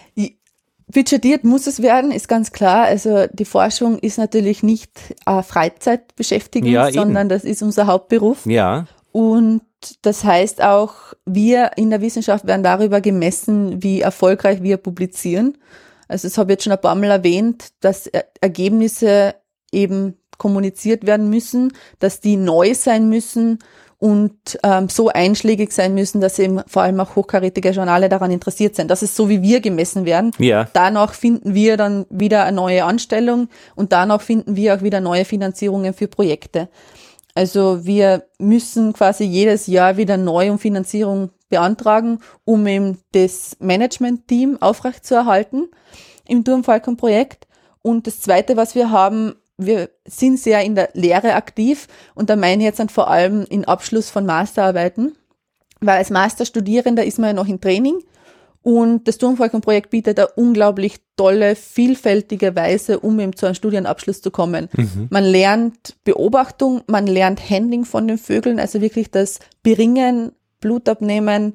Budgetiert muss es werden, ist ganz klar. Also die Forschung ist natürlich nicht äh, Freizeitbeschäftigung, ja, sondern das ist unser Hauptberuf. Ja. Und das heißt auch, wir in der Wissenschaft werden darüber gemessen, wie erfolgreich wir publizieren. Also das habe ich jetzt schon ein paar Mal erwähnt, dass Ergebnisse eben kommuniziert werden müssen, dass die neu sein müssen und ähm, so einschlägig sein müssen, dass eben vor allem auch hochkarätige Journale daran interessiert sind. Das ist so, wie wir gemessen werden. Ja. Danach finden wir dann wieder eine neue Anstellung und danach finden wir auch wieder neue Finanzierungen für Projekte. Also wir müssen quasi jedes Jahr wieder neu um Finanzierung beantragen, um eben das Management-Team aufrechtzuerhalten im Turmfalken-Projekt. Und das Zweite, was wir haben, wir sind sehr in der Lehre aktiv und da meine ich jetzt dann vor allem in Abschluss von Masterarbeiten, weil als Masterstudierender ist man ja noch im Training und das Turmfalken-Projekt bietet eine unglaublich tolle, vielfältige Weise, um eben zu einem Studienabschluss zu kommen. Mhm. Man lernt Beobachtung, man lernt Handling von den Vögeln, also wirklich das Beringen, Blut abnehmen,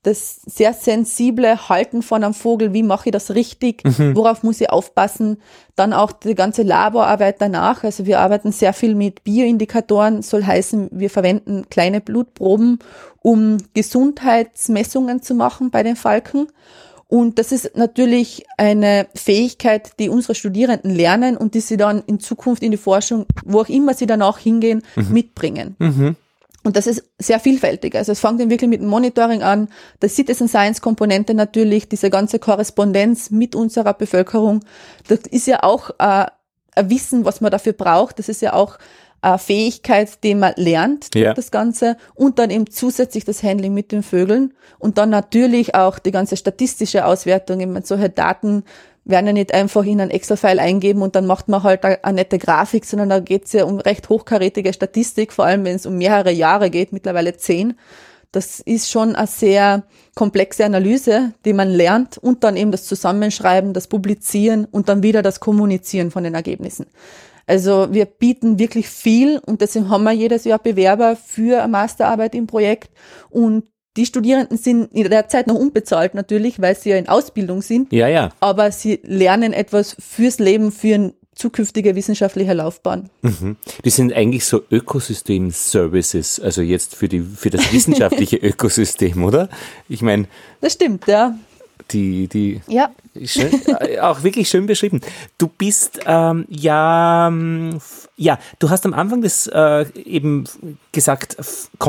das sehr sensible Halten von einem Vogel, wie mache ich das richtig, mhm. worauf muss ich aufpassen, dann auch die ganze Laborarbeit danach, also wir arbeiten sehr viel mit Bioindikatoren, soll heißen, wir verwenden kleine Blutproben, um Gesundheitsmessungen zu machen bei den Falken. Und das ist natürlich eine Fähigkeit, die unsere Studierenden lernen und die sie dann in Zukunft in die Forschung, wo auch immer sie danach hingehen, mhm. mitbringen. Mhm. Und das ist sehr vielfältig. Also es fängt dann wirklich mit dem Monitoring an, der Citizen Science Komponente natürlich, diese ganze Korrespondenz mit unserer Bevölkerung. Das ist ja auch äh, ein Wissen, was man dafür braucht. Das ist ja auch eine Fähigkeit, die man lernt, ja. das Ganze. Und dann eben zusätzlich das Handling mit den Vögeln. Und dann natürlich auch die ganze statistische Auswertung. Ich meine, solche Daten werden ja nicht einfach in einen Excel-File eingeben und dann macht man halt eine, eine nette Grafik, sondern da geht es ja um recht hochkarätige Statistik, vor allem wenn es um mehrere Jahre geht, mittlerweile zehn. Das ist schon eine sehr komplexe Analyse, die man lernt und dann eben das Zusammenschreiben, das Publizieren und dann wieder das Kommunizieren von den Ergebnissen. Also wir bieten wirklich viel und deswegen haben wir jedes Jahr Bewerber für eine Masterarbeit im Projekt und die Studierenden sind in der Zeit noch unbezahlt natürlich, weil sie ja in Ausbildung sind. Ja, ja. Aber sie lernen etwas fürs Leben, für eine zukünftige wissenschaftliche Laufbahn. Mhm. Die sind eigentlich so Ökosystem-Services, also jetzt für die für das wissenschaftliche Ökosystem, oder? Ich meine. Das stimmt, ja. Die, die, ja. Schön, auch wirklich schön beschrieben. Du bist, ähm, ja, ja, du hast am Anfang des, äh, eben gesagt,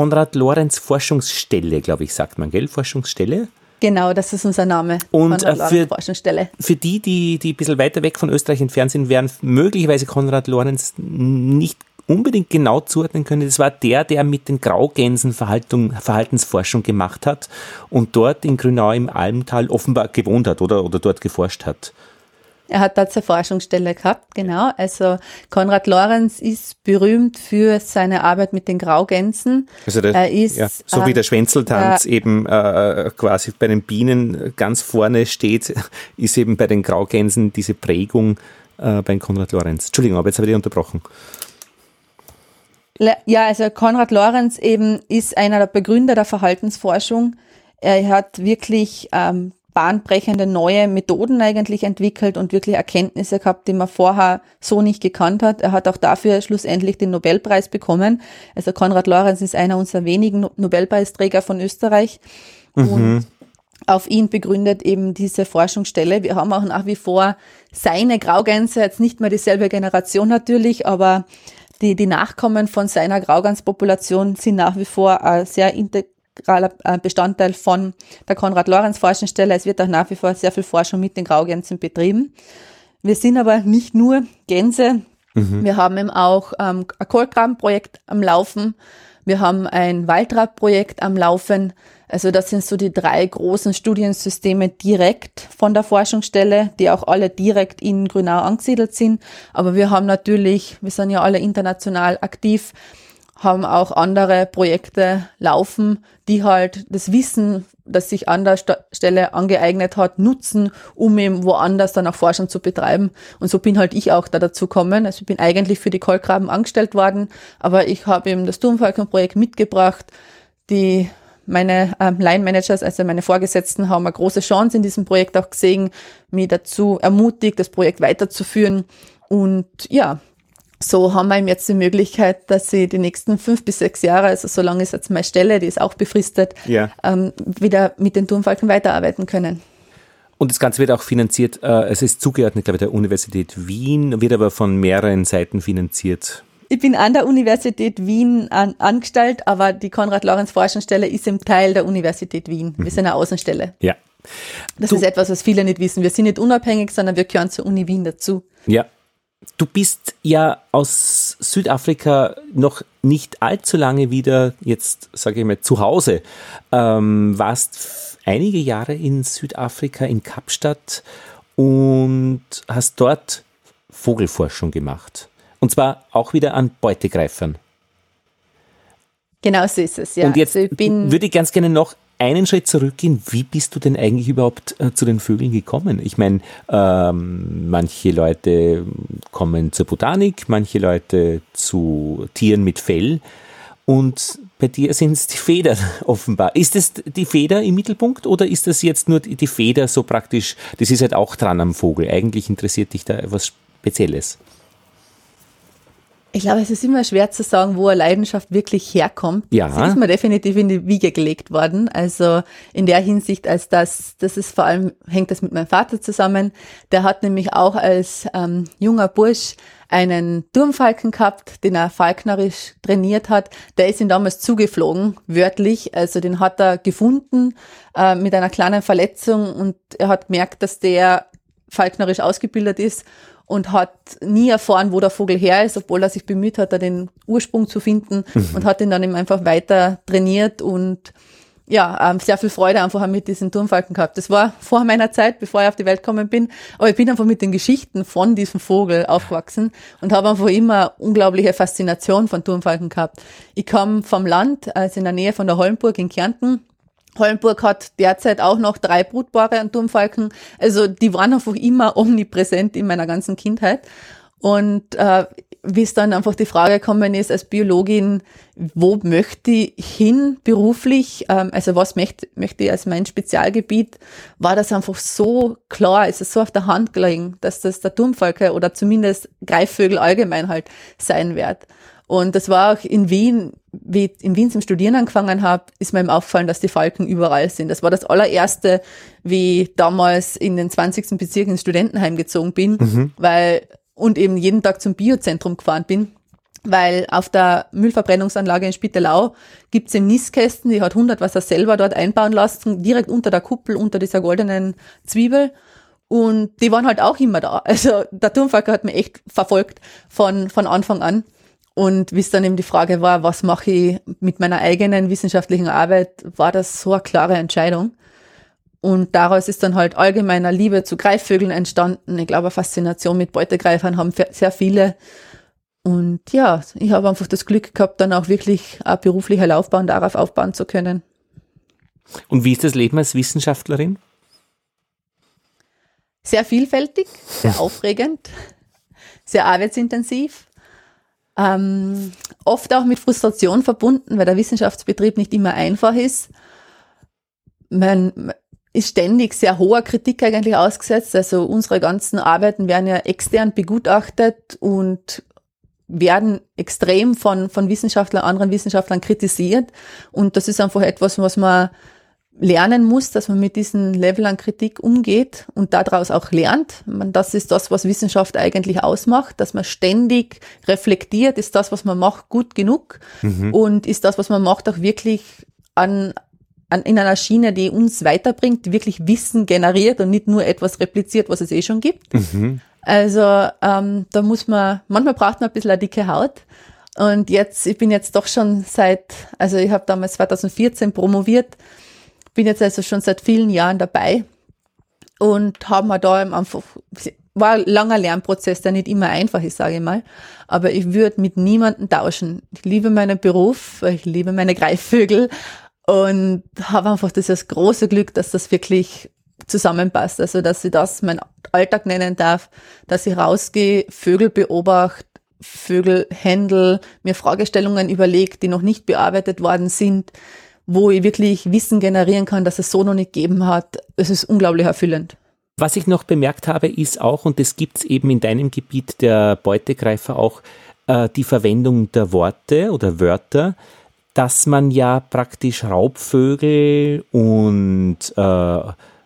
Konrad-Lorenz-Forschungsstelle, glaube ich, sagt man, gell? Forschungsstelle? Genau, das ist unser Name. Und äh, für, für die, die, die ein bisschen weiter weg von Österreich entfernt sind, werden möglicherweise Konrad Lorenz nicht unbedingt genau zuordnen können. Das war der, der mit den Graugänsen Verhaltung, Verhaltensforschung gemacht hat und dort in Grünau im Almtal offenbar gewohnt hat oder, oder dort geforscht hat. Er hat dort eine Forschungsstelle gehabt, genau. Also Konrad Lorenz ist berühmt für seine Arbeit mit den Graugänsen. Also der, er ist, ja, so äh, wie der Schwänzeltanz äh, eben äh, quasi bei den Bienen ganz vorne steht, ist eben bei den Graugänsen diese Prägung äh, bei Konrad Lorenz. Entschuldigung, aber jetzt habe ich dich unterbrochen. Ja, also Konrad Lorenz eben ist einer der Begründer der Verhaltensforschung. Er hat wirklich ähm, bahnbrechende neue Methoden eigentlich entwickelt und wirklich Erkenntnisse gehabt, die man vorher so nicht gekannt hat. Er hat auch dafür schlussendlich den Nobelpreis bekommen. Also Konrad Lorenz ist einer unserer wenigen Nobelpreisträger von Österreich. Mhm. Und auf ihn begründet eben diese Forschungsstelle. Wir haben auch nach wie vor seine Graugänse, jetzt nicht mehr dieselbe Generation natürlich, aber Die, die Nachkommen von seiner Grauganspopulation sind nach wie vor ein sehr integraler Bestandteil von der Konrad-Lorenz-Forschungsstelle. Es wird auch nach wie vor sehr viel Forschung mit den Graugänsen betrieben. Wir sind aber nicht nur Gänse. Mhm. Wir haben eben auch ähm, ein Kohlgrabenprojekt am Laufen. Wir haben ein Waldrad-Projekt am Laufen. Also das sind so die drei großen Studiensysteme direkt von der Forschungsstelle, die auch alle direkt in Grünau angesiedelt sind. Aber wir haben natürlich, wir sind ja alle international aktiv, haben auch andere Projekte laufen, die halt das Wissen, das sich an der Stelle angeeignet hat, nutzen, um eben woanders dann auch Forschung zu betreiben. Und so bin halt ich auch da dazu gekommen. Also ich bin eigentlich für die Kolkraben angestellt worden, aber ich habe eben das Turmfalkenprojekt mitgebracht. Die Meine ähm, Line-Managers, also meine Vorgesetzten, haben eine große Chance in diesem Projekt auch gesehen, mich dazu ermutigt, das Projekt weiterzuführen. Und ja, so haben wir jetzt die Möglichkeit, dass sie die nächsten fünf bis sechs Jahre, also so lange ist jetzt meine Stelle, die ist auch befristet, ja. ähm, wieder mit den Turmfalken weiterarbeiten können. Und das Ganze wird auch finanziert, äh, es ist zugeordnet, glaube ich, der Universität Wien, wird aber von mehreren Seiten finanziert. Ich bin an der Universität Wien an, angestellt, aber die Konrad-Lorenz-Forschungsstelle ist im Teil der Universität Wien. Wir sind eine Außenstelle. Ja. Das du, ist etwas, was viele nicht wissen. Wir sind nicht unabhängig, sondern wir gehören zur Uni Wien dazu. Ja. Du bist ja aus Südafrika noch nicht allzu lange wieder, jetzt sage ich mal, zu Hause. Ähm, warst einige Jahre in Südafrika, in Kapstadt und hast dort Vogelforschung gemacht. Und zwar auch wieder an Beutegreifern. Genau so ist es, ja. Und jetzt also ich bin würde ich ganz gerne noch einen Schritt zurückgehen. Wie bist du denn eigentlich überhaupt äh, zu den Vögeln gekommen? Ich meine, ähm, manche Leute kommen zur Botanik, manche Leute zu Tieren mit Fell. Und bei dir sind es die Federn offenbar. Ist es die Feder im Mittelpunkt oder ist das jetzt nur die Feder so praktisch, das ist halt auch dran am Vogel. Eigentlich interessiert dich da etwas Spezielles. Ich glaube, es ist immer schwer zu sagen, wo eine Leidenschaft wirklich herkommt. Ja. Sie ist mir definitiv in die Wiege gelegt worden. Also in der Hinsicht, als das, das ist vor allem, hängt das mit meinem Vater zusammen. Der hat nämlich auch als ähm, junger Bursch einen Turmfalken gehabt, den er falknerisch trainiert hat. Der ist ihm damals zugeflogen, wörtlich. Also den hat er gefunden äh, mit einer kleinen Verletzung und er hat gemerkt, dass der falknerisch ausgebildet ist und hat nie erfahren, wo der Vogel her ist, obwohl er sich bemüht hat, da den Ursprung zu finden mhm. und hat ihn dann eben einfach weiter trainiert und ja, ähm, sehr viel Freude einfach mit diesen Turmfalken gehabt. Das war vor meiner Zeit, bevor ich auf die Welt gekommen bin, aber ich bin einfach mit den Geschichten von diesem Vogel aufgewachsen und habe einfach immer unglaubliche Faszination von Turmfalken gehabt. Ich komme vom Land, also in der Nähe von der Holmburg in Kärnten. Holmburg hat derzeit auch noch drei Brutpaare an Turmfalken. Also die waren einfach immer omnipräsent in meiner ganzen Kindheit. Und äh, wie es dann einfach die Frage gekommen ist als Biologin, wo möchte ich hin beruflich, ähm, also was möchte, möchte ich als mein Spezialgebiet, war das einfach so klar, es ist so auf der Hand gelegen, dass das der Turmfalke oder zumindest Greifvögel allgemein halt sein wird. Und das war auch in Wien, wie ich in Wien zum Studieren angefangen habe, ist mir eben aufgefallen, dass die Falken überall sind. Das war das allererste, wie ich damals in den zwanzigsten Bezirk ins Studentenheim gezogen bin, mhm. weil und eben jeden Tag zum Biozentrum gefahren bin, weil auf der Müllverbrennungsanlage in Spittelau gibt's eben Nistkästen, die hat hundert Wasser selber dort einbauen lassen, direkt unter der Kuppel, unter dieser goldenen Zwiebel. Und die waren halt auch immer da. Also der Turmfalke hat mich echt verfolgt von von Anfang an. Und wie es dann eben die Frage war, was mache ich mit meiner eigenen wissenschaftlichen Arbeit, war das so eine klare Entscheidung. Und daraus ist dann halt allgemeiner Liebe zu Greifvögeln entstanden. Ich glaube, eine Faszination mit Beutegreifern haben sehr viele. Und ja, ich habe einfach das Glück gehabt, dann auch wirklich eine berufliche Laufbahn darauf aufbauen zu können. Und wie ist das Leben als Wissenschaftlerin? Sehr vielfältig, sehr aufregend, sehr arbeitsintensiv. Ähm, oft auch mit Frustration verbunden, weil der Wissenschaftsbetrieb nicht immer einfach ist. Man ist ständig sehr hoher Kritik eigentlich ausgesetzt. Also unsere ganzen Arbeiten werden ja extern begutachtet und werden extrem von, von Wissenschaftlern, anderen Wissenschaftlern kritisiert. Und das ist einfach etwas, was man lernen muss, dass man mit diesem Level an Kritik umgeht und daraus auch lernt. Das ist das, was Wissenschaft eigentlich ausmacht, dass man ständig reflektiert, ist das, was man macht, gut genug mhm. und ist das, was man macht, auch wirklich an, an in einer Schiene, die uns weiterbringt, die wirklich Wissen generiert und nicht nur etwas repliziert, was es eh schon gibt. Mhm. Also ähm, da muss man, manchmal braucht man ein bisschen eine dicke Haut. Und jetzt, ich bin jetzt doch schon seit, also ich habe damals zweitausendvierzehn promoviert, bin jetzt also schon seit vielen Jahren dabei und haben wir da einfach, war ein langer Lernprozess, der nicht immer einfach ist, sage ich mal, aber ich würde mit niemandem tauschen. Ich liebe meinen Beruf, ich liebe meine Greifvögel und habe einfach dieses große Glück, dass das wirklich zusammenpasst, also dass ich das meinen Alltag nennen darf, dass ich rausgehe, Vögel beobachte, Vögel händel, mir Fragestellungen überlege, die noch nicht bearbeitet worden sind, wo ich wirklich Wissen generieren kann, dass es so noch nicht gegeben hat. Es ist unglaublich erfüllend. Was ich noch bemerkt habe, ist auch, und das gibt es eben in deinem Gebiet der Beutegreifer auch, äh, die Verwendung der Worte oder Wörter, dass man ja praktisch Raubvögel und äh,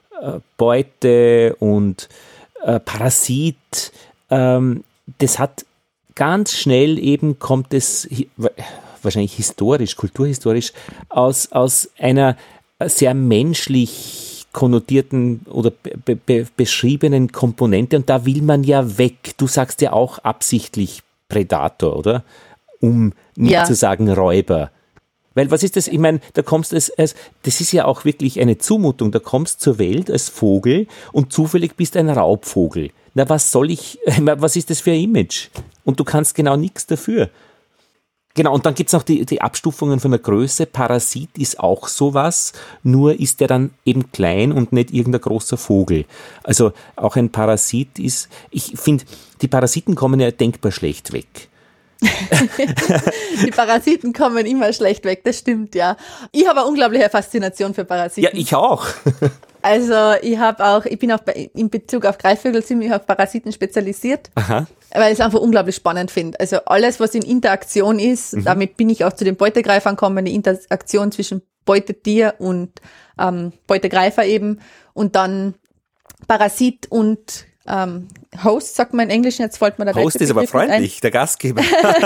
Beute und äh, Parasit, ähm, das hat ganz schnell eben, kommt es wahrscheinlich historisch, kulturhistorisch, aus, aus einer sehr menschlich konnotierten oder be- be- beschriebenen Komponente und da will man ja weg. Du sagst ja auch absichtlich Prädator, oder? Um nicht ja. zu sagen Räuber. Weil was ist das? Ich meine, da kommst du als, als, das ist ja auch wirklich eine Zumutung, da kommst zur Welt als Vogel und zufällig bist ein Raubvogel. Na, was soll ich, was ist das für ein Image? Und du kannst genau nichts dafür. Genau, und dann gibt's noch die, die Abstufungen von der Größe. Parasit ist auch sowas, nur ist der dann eben klein und nicht irgendein großer Vogel. Also auch ein Parasit ist, ich finde, die Parasiten kommen ja denkbar schlecht weg. Die Parasiten kommen immer schlecht weg, das stimmt, ja. Ich habe eine unglaubliche Faszination für Parasiten. Ja, ich auch. Also ich habe auch, ich bin auch bei, in Bezug auf Greifvögel ziemlich auf Parasiten spezialisiert, Aha. weil ich es einfach unglaublich spannend finde. Also alles, was in Interaktion ist, mhm. damit bin ich auch zu den Beutegreifern gekommen, die Interaktion zwischen Beutetier und ähm, Beutegreifer eben und dann Parasit und ähm, Host, sagt man in Englisch, jetzt fällt mir der Host ist aber freundlich, ein. Der Gastgeber.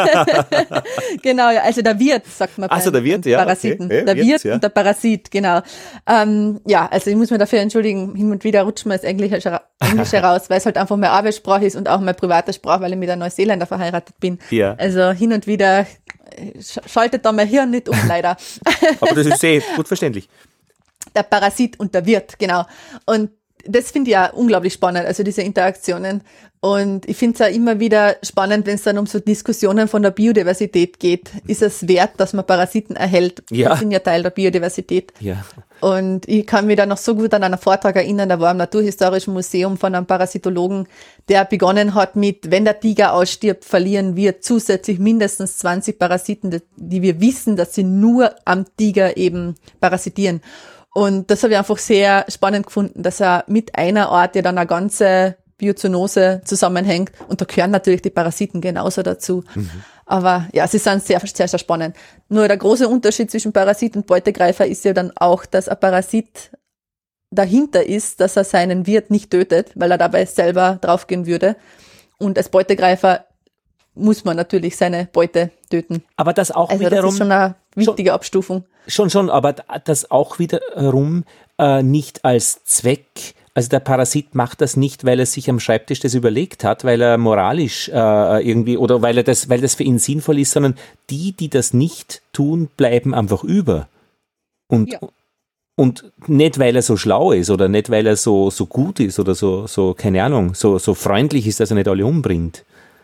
Genau, also der Wirt, sagt man. Also der Wirt, ja. Parasiten. Okay. Der Wirt, Wirt ja. und der Parasit, genau. Ähm, ja, also ich muss mir dafür entschuldigen, hin und wieder rutscht mir das Englische, Englische raus, weil es halt einfach meine Arbeitssprache ist und auch meine private Sprache, weil ich mit einem Neuseeländer verheiratet bin. Ja. Also hin und wieder schaltet da mein Hirn nicht um, leider. Aber das ist eh gut verständlich. Der Parasit und der Wirt, genau. Und das finde ich ja unglaublich spannend, also diese Interaktionen. Und ich finde es auch immer wieder spannend, wenn es dann um so Diskussionen von der Biodiversität geht. Ist es wert, dass man Parasiten erhält? Ja. Die sind ja Teil der Biodiversität. Ja. Und ich kann mich da noch so gut an einen Vortrag erinnern, da war im Naturhistorischen Museum von einem Parasitologen, der begonnen hat mit, wenn der Tiger ausstirbt, verlieren wir zusätzlich mindestens zwanzig Parasiten, die wir wissen, dass sie nur am Tiger eben parasitieren. Und das habe ich einfach sehr spannend gefunden, dass er mit einer Art ja dann eine ganze Biozoonose zusammenhängt. Und da gehören natürlich die Parasiten genauso dazu. Mhm. Aber ja, sie sind sehr, sehr, sehr spannend. Nur der große Unterschied zwischen Parasit und Beutegreifer ist ja dann auch, dass ein Parasit dahinter ist, dass er seinen Wirt nicht tötet, weil er dabei selber draufgehen würde. Und als Beutegreifer muss man natürlich seine Beute töten. Aber das auch also wiederum... das ist schon eine wichtige schon, Abstufung. Schon, schon, aber das auch wiederum äh, nicht als Zweck. Also der Parasit macht das nicht, weil er sich am Schreibtisch das überlegt hat, weil er moralisch äh, irgendwie oder weil er das, weil das für ihn sinnvoll ist, sondern die, die das nicht tun, bleiben einfach über. Und, ja. und nicht, weil er so schlau ist oder nicht, weil er so, so gut ist oder so, so, keine Ahnung, so, so freundlich ist, dass er nicht alle umbringt.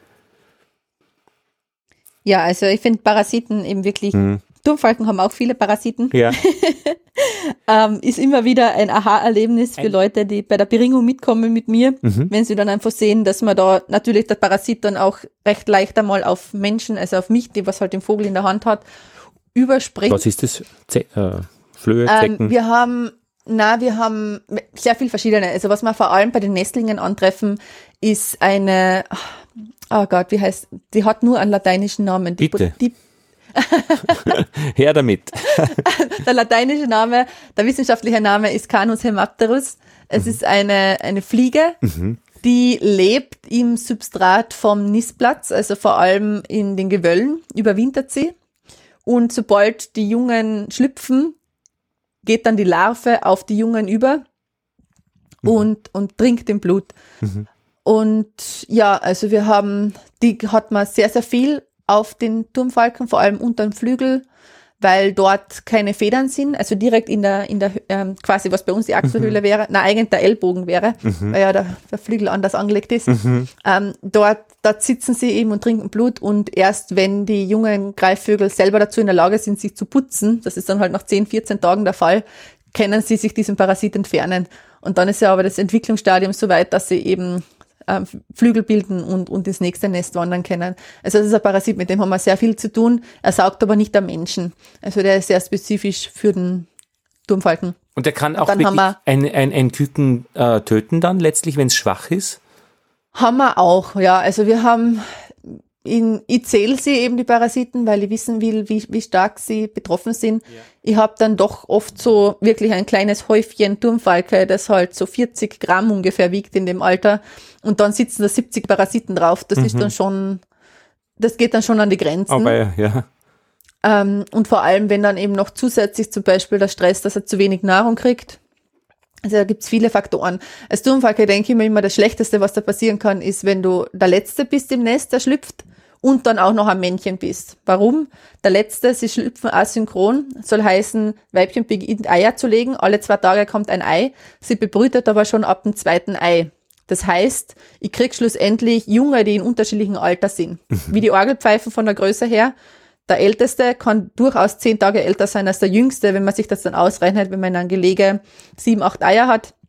Ja, also ich finde Parasiten eben wirklich, hm. Turmfalken haben auch viele Parasiten. Ja. ähm, ist immer wieder ein Aha-Erlebnis für ein Leute, die bei der Beringung mitkommen mit mir, mhm. wenn sie dann einfach sehen, dass man da natürlich der Parasit dann auch recht leicht einmal auf Menschen, also auf mich, die was halt den Vogel in der Hand hat, überspringt. Was ist das? Ze- äh, Flöhe, Zecken? Ähm, wir haben, na, wir haben sehr viel verschiedene. Also was wir vor allem bei den Nestlingen antreffen, ist eine, oh Gott, wie heißt, die hat nur einen lateinischen Namen. Die, Bitte. Die, Her damit. Der lateinische Name, der wissenschaftliche Name ist Canus hemapterus. Es mhm. ist eine, eine Fliege, mhm. die lebt im Substrat vom Nistplatz, also vor allem in den Gewöllen, überwintert sie. Und sobald die Jungen schlüpfen, geht dann die Larve auf die Jungen über mhm. und, und trinkt im Blut. Mhm. Und ja, also wir haben, die hat man sehr, sehr viel auf den Turmfalken, vor allem unter dem Flügel, weil dort keine Federn sind, also direkt in der, in der ähm, quasi was bei uns die Achselhöhle mhm. wäre, na eigentlich der Ellbogen wäre, mhm. weil ja der, der Flügel anders angelegt ist. Mhm. Ähm, dort, dort sitzen sie eben und trinken Blut und erst wenn die jungen Greifvögel selber dazu in der Lage sind, sich zu putzen, das ist dann halt nach zehn, vierzehn Tagen der Fall, können sie sich diesem Parasit entfernen. Und dann ist ja aber das Entwicklungsstadium so weit, dass sie eben Flügel bilden und, und ins nächste Nest wandern können. Also das ist ein Parasit, mit dem haben wir sehr viel zu tun. Er saugt aber nicht am Menschen. Also der ist sehr spezifisch für den Turmfalken. Und der kann auch wirklich ein, ein, ein Küken äh, töten dann letztlich, wenn es schwach ist? Haben wir auch, ja. Also wir haben, in, ich zähle sie eben die Parasiten, weil ich wissen will, wie, wie stark sie betroffen sind. Ja. Ich habe dann doch oft so wirklich ein kleines Häufchen Turmfalke, das halt so vierzig Gramm ungefähr wiegt in dem Alter. Und dann sitzen da siebzig Parasiten drauf. Das mhm. ist dann schon, das geht dann schon an die Grenzen. Aber ja. Ähm, und vor allem, wenn dann eben noch zusätzlich zum Beispiel der Stress, dass er zu wenig Nahrung kriegt. Also da gibt's viele Faktoren. Als Turmfalke denke ich mir immer, das Schlechteste, was da passieren kann, ist, wenn du der Letzte bist im Nest, der schlüpft und dann auch noch ein Männchen bist. Warum? Der Letzte, sie schlüpfen asynchron, soll heißen, Weibchen beginnt Eier zu legen, alle zwei Tage kommt ein Ei, sie bebrütet aber schon ab dem zweiten Ei. Das heißt, ich krieg schlussendlich Junge, die in unterschiedlichem Alter sind. Mhm. Wie die Orgelpfeifen von der Größe her. Der Älteste kann durchaus zehn Tage älter sein als der Jüngste, wenn man sich das dann ausrechnet, wenn man in einem Gelege sieben, acht Eier hat.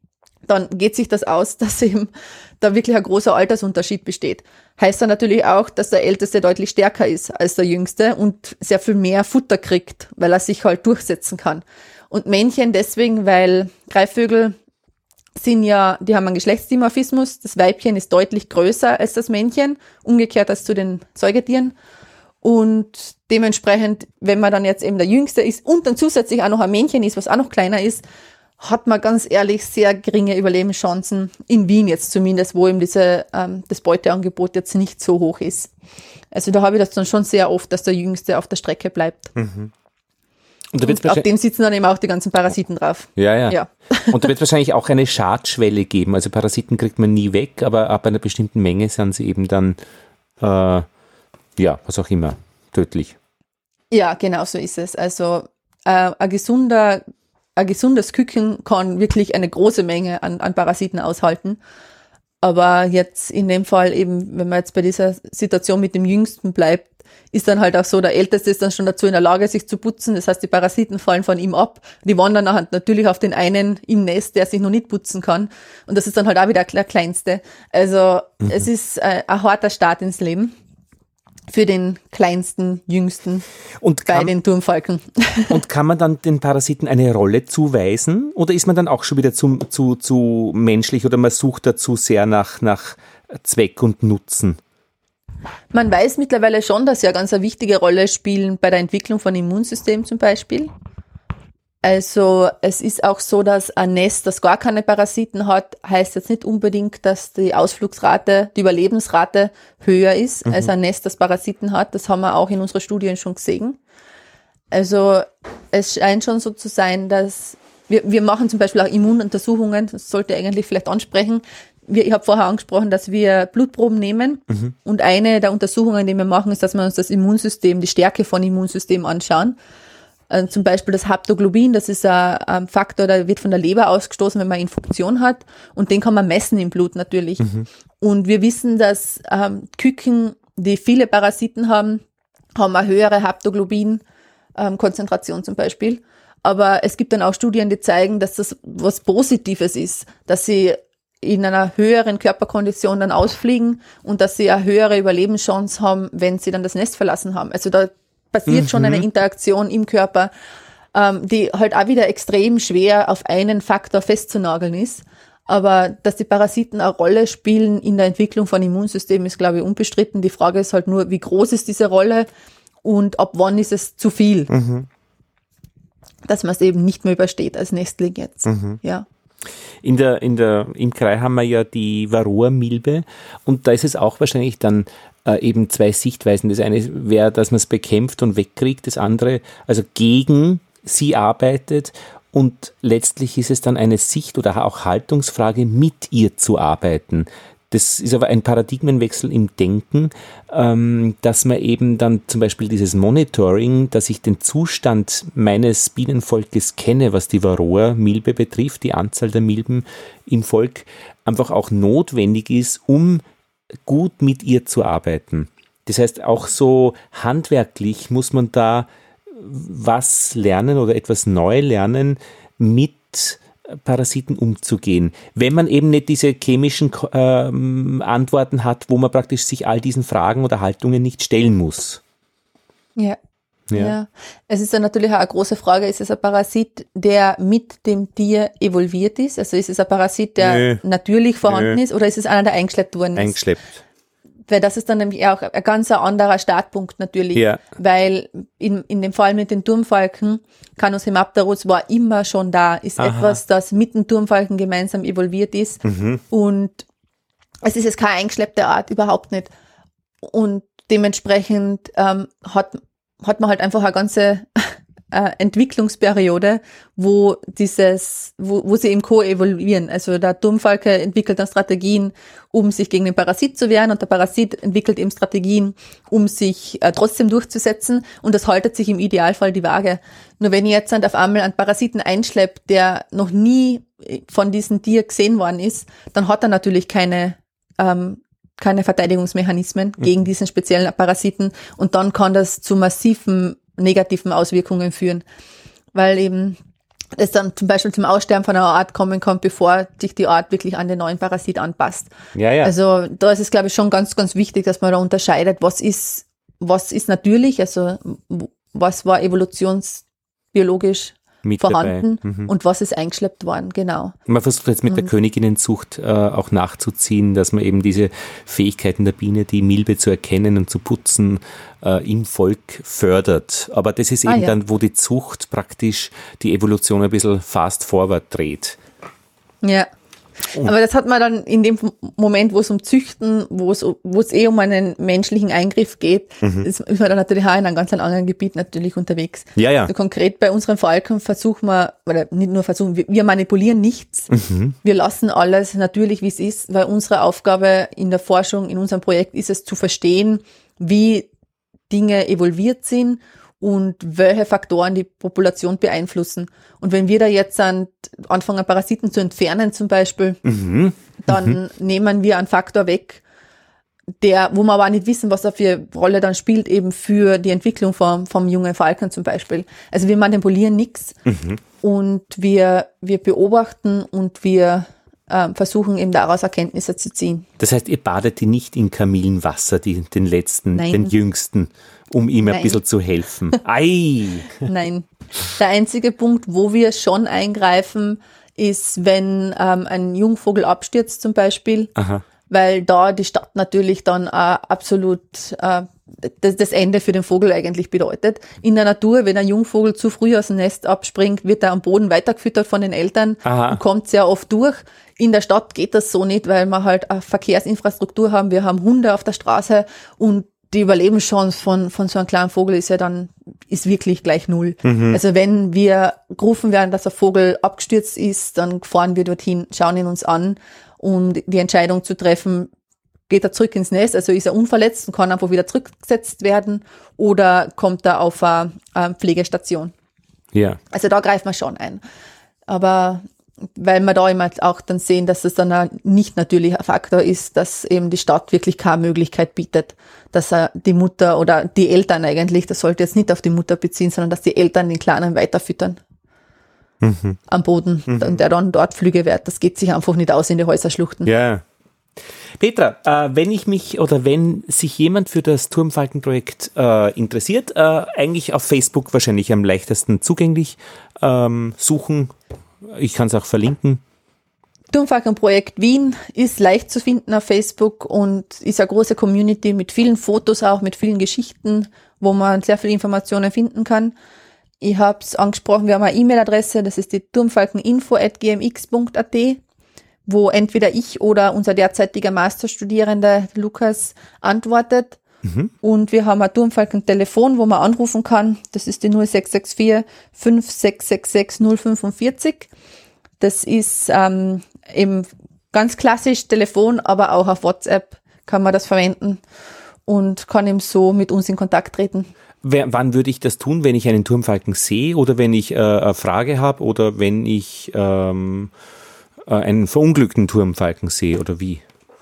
dann geht sich das aus, dass eben da wirklich ein großer Altersunterschied besteht. Heißt dann natürlich auch, dass der Älteste deutlich stärker ist als der Jüngste und sehr viel mehr Futter kriegt, weil er sich halt durchsetzen kann. Und Männchen deswegen, weil Greifvögel sind ja, die haben einen Geschlechtsdimorphismus. Das Weibchen ist deutlich größer als das Männchen, umgekehrt als zu den Säugetieren. Und dementsprechend, wenn man dann jetzt eben der Jüngste ist und dann zusätzlich auch noch ein Männchen ist, was auch noch kleiner ist, hat man ganz ehrlich sehr geringe Überlebenschancen, in Wien jetzt zumindest, wo eben diese, ähm, das Beuteangebot jetzt nicht so hoch ist. Also da habe ich das dann schon sehr oft, dass der Jüngste auf der Strecke bleibt. Mhm. Und, und auf dem sitzen dann eben auch die ganzen Parasiten drauf. Ja, ja. ja. Und da wird es wahrscheinlich auch eine Schadschwelle geben. Also Parasiten kriegt man nie weg, aber ab einer bestimmten Menge sind sie eben dann, äh, ja, was auch immer, tödlich. Ja, genau so ist es. Also äh, ein gesunder, ein gesundes Küken kann wirklich eine große Menge an, an Parasiten aushalten. Aber jetzt in dem Fall eben, wenn man jetzt bei dieser Situation mit dem Jüngsten bleibt, ist dann halt auch so, der Älteste ist dann schon dazu in der Lage, sich zu putzen. Das heißt, die Parasiten fallen von ihm ab. Die wandern dann halt natürlich auf den einen im Nest, der sich noch nicht putzen kann. Und das ist dann halt auch wieder der Kleinste. Also mhm. es ist äh, ein harter Start ins Leben für den kleinsten, jüngsten und kann, bei den Turmfalken. Und kann man dann den Parasiten eine Rolle zuweisen? Oder ist man dann auch schon wieder zu, zu, zu menschlich oder man sucht dazu sehr nach, nach Zweck und Nutzen? Man weiß mittlerweile schon, dass sie eine ganz eine wichtige Rolle spielen bei der Entwicklung von Immunsystem zum Beispiel. Also es ist auch so, dass ein Nest, das gar keine Parasiten hat, heißt jetzt nicht unbedingt, dass die Ausflugsrate, die Überlebensrate höher ist mhm. als ein Nest, das Parasiten hat. Das haben wir auch in unseren Studien schon gesehen. Also es scheint schon so zu sein, dass wir, wir machen zum Beispiel auch Immununtersuchungen, das sollte ich eigentlich vielleicht ansprechen. Wir, ich habe vorher angesprochen, dass wir Blutproben nehmen mhm. und eine der Untersuchungen, die wir machen, ist, dass wir uns das Immunsystem, die Stärke von Immunsystem anschauen. Äh, zum Beispiel das Haptoglobin, das ist ein, ein Faktor, der wird von der Leber ausgestoßen, wenn man eine Infektion hat und den kann man messen im Blut natürlich. Mhm. Und wir wissen, dass ähm, Küken, die viele Parasiten haben, haben eine höhere Haptoglobin-Konzentration ähm, zum Beispiel. Aber es gibt dann auch Studien, die zeigen, dass das was Positives ist, dass sie in einer höheren Körperkondition dann ausfliegen und dass sie eine höhere Überlebenschance haben, wenn sie dann das Nest verlassen haben. Also da passiert mhm. schon eine Interaktion im Körper, ähm, die halt auch wieder extrem schwer auf einen Faktor festzunageln ist. Aber dass die Parasiten eine Rolle spielen in der Entwicklung von Immunsystemen, ist, glaube ich, unbestritten. Die Frage ist halt nur, wie groß ist diese Rolle und ab wann ist es zu viel, mhm. dass man es eben nicht mehr übersteht als Nestling jetzt. Mhm. Ja. In der, in der Imkerei haben wir ja die Varroa-Milbe und da ist es auch wahrscheinlich dann äh, eben zwei Sichtweisen. Das eine wäre, dass man es bekämpft und wegkriegt, das andere, also gegen sie arbeitet und letztlich ist es dann eine Sicht- oder auch Haltungsfrage, mit ihr zu arbeiten. Das ist aber ein Paradigmenwechsel im Denken, ähm, dass man eben dann zum Beispiel dieses Monitoring, dass ich den Zustand meines Bienenvolkes kenne, was die Varroa-Milbe betrifft, die Anzahl der Milben im Volk, einfach auch notwendig ist, um gut mit ihr zu arbeiten. Das heißt, auch so handwerklich muss man da was lernen oder etwas neu lernen, mit Parasiten umzugehen. Wenn man eben nicht diese chemischen ähm, Antworten hat, wo man praktisch sich all diesen Fragen oder Haltungen nicht stellen muss. Ja. Ja. ja. Es ist dann natürlich auch eine große Frage, ist es ein Parasit, der mit dem Tier evolviert ist? Also ist es ein Parasit, der Nö. natürlich vorhanden Nö. ist oder ist es einer, der eingeschleppt worden ist? Eingeschleppt. Weil das ist dann nämlich auch ein ganz anderer Startpunkt natürlich, ja. weil in, in dem Fall mit den Turmfalken, Canis hemipterus war immer schon da, ist Aha. etwas, das mit den Turmfalken gemeinsam evolviert ist mhm. und es ist jetzt keine eingeschleppte Art, überhaupt nicht. Und dementsprechend ähm, hat, hat man halt einfach eine ganze äh, Entwicklungsperiode, wo dieses, wo, wo sie eben co-evoluieren. Also der Turmfalke entwickelt dann Strategien, um sich gegen den Parasit zu wehren und der Parasit entwickelt eben Strategien, um sich äh, trotzdem durchzusetzen und das haltet sich im Idealfall die Waage. Nur wenn ihr jetzt auf einmal einen Parasiten einschleppt, der noch nie von diesem Tier gesehen worden ist, dann hat er natürlich keine ähm, keine Verteidigungsmechanismen mhm. gegen diesen speziellen Parasiten und dann kann das zu massiven negativen Auswirkungen führen, weil eben das dann zum Beispiel zum Aussterben von einer Art kommen kann, bevor sich die Art wirklich an den neuen Parasit anpasst. Ja, ja. Also da ist es, glaube ich, schon ganz, ganz wichtig, dass man da unterscheidet, was ist, was ist natürlich, also was war evolutionsbiologisch mit vorhanden mhm. und was ist eingeschleppt worden, genau. Man versucht jetzt mit der mhm. Königinnenzucht äh, auch nachzuziehen, dass man eben diese Fähigkeiten der Biene, die Milbe zu erkennen und zu putzen, äh, im Volk fördert. Aber das ist eben ah, ja. dann, wo die Zucht praktisch die Evolution ein bisschen fast forward dreht. Ja. Oh. Aber das hat man dann in dem Moment, wo es um Züchten, wo es, wo es eh um einen menschlichen Eingriff geht, mhm. ist, ist man dann natürlich auch in einem ganz anderen Gebiet natürlich unterwegs. Ja, ja. Also konkret bei unseren Falken versuchen wir, oder nicht nur versuchen, wir, wir manipulieren nichts. Mhm. Wir lassen alles natürlich, wie es ist, weil unsere Aufgabe in der Forschung, in unserem Projekt ist es zu verstehen, wie Dinge evolviert sind und welche Faktoren die Population beeinflussen. Und wenn wir da jetzt an, anfangen, Parasiten zu entfernen zum Beispiel, mhm. dann mhm. nehmen wir einen Faktor weg, der, wo wir aber auch nicht wissen, was er für Rolle dann spielt, eben für die Entwicklung vom, vom jungen Falken zum Beispiel. Also wir manipulieren nichts mhm. und wir, wir beobachten und wir äh, versuchen eben daraus Erkenntnisse zu ziehen. Das heißt, ihr badet die nicht in Kamillenwasser, die, den letzten, Nein. den jüngsten, um ihm Nein. ein bisschen zu helfen. Ei! Nein. Der einzige Punkt, wo wir schon eingreifen, ist, wenn ähm, ein Jungvogel abstürzt zum Beispiel, Aha. weil da die Stadt natürlich dann äh, absolut äh, das, das Ende für den Vogel eigentlich bedeutet. In der Natur, wenn ein Jungvogel zu früh aus dem Nest abspringt, wird er am Boden weitergefüttert von den Eltern Aha. und kommt sehr oft durch. In der Stadt geht das so nicht, weil wir halt eine Verkehrsinfrastruktur haben. Wir haben Hunde auf der Straße und die Überlebenschance von, von so einem kleinen Vogel ist ja dann, ist wirklich gleich null. Mhm. Also wenn wir gerufen werden, dass ein Vogel abgestürzt ist, dann fahren wir dorthin, schauen ihn uns an, um die Entscheidung zu treffen, geht er zurück ins Nest, also ist er unverletzt und kann einfach wieder zurückgesetzt werden, oder kommt er auf eine, eine Pflegestation. Ja. Also da greift man schon ein. Aber weil wir da immer auch dann sehen, dass es dann ein nicht natürlicher Faktor ist, dass eben die Stadt wirklich keine Möglichkeit bietet, dass er die Mutter oder die Eltern eigentlich, das sollte jetzt nicht auf die Mutter beziehen, sondern dass die Eltern den Kleinen weiterfüttern mhm. am Boden, mhm. und der dann dort Flüge wird. Das geht sich einfach nicht aus in die Häuserschluchten. Ja. Petra, äh, wenn ich mich oder wenn sich jemand für das Turmfalkenprojekt äh, interessiert, äh, eigentlich auf Facebook wahrscheinlich am leichtesten zugänglich, ähm, suchen. Ich kann es auch verlinken. Turmfalkenprojekt Wien ist leicht zu finden auf Facebook und ist eine große Community mit vielen Fotos, auch mit vielen Geschichten, wo man sehr viele Informationen finden kann. Ich habe es angesprochen, wir haben eine E-Mail-Adresse, das ist die turmfalkeninfo at g m x punkt a t, wo entweder ich oder unser derzeitiger Masterstudierende Lukas antwortet. Mhm. Und wir haben ein Turmfalken-Telefon, wo man anrufen kann. Das ist die null sechs sechs vier fünf sechs sechs sechs null vier fünf. Das ist ähm, eben ganz klassisch Telefon, aber auch auf WhatsApp kann man das verwenden und kann eben so mit uns in Kontakt treten. Wer, wann würde ich das tun, wenn ich einen Turmfalken sehe oder wenn ich äh, eine Frage habe oder wenn ich ähm, äh, einen verunglückten Turmfalken sehe oder wie?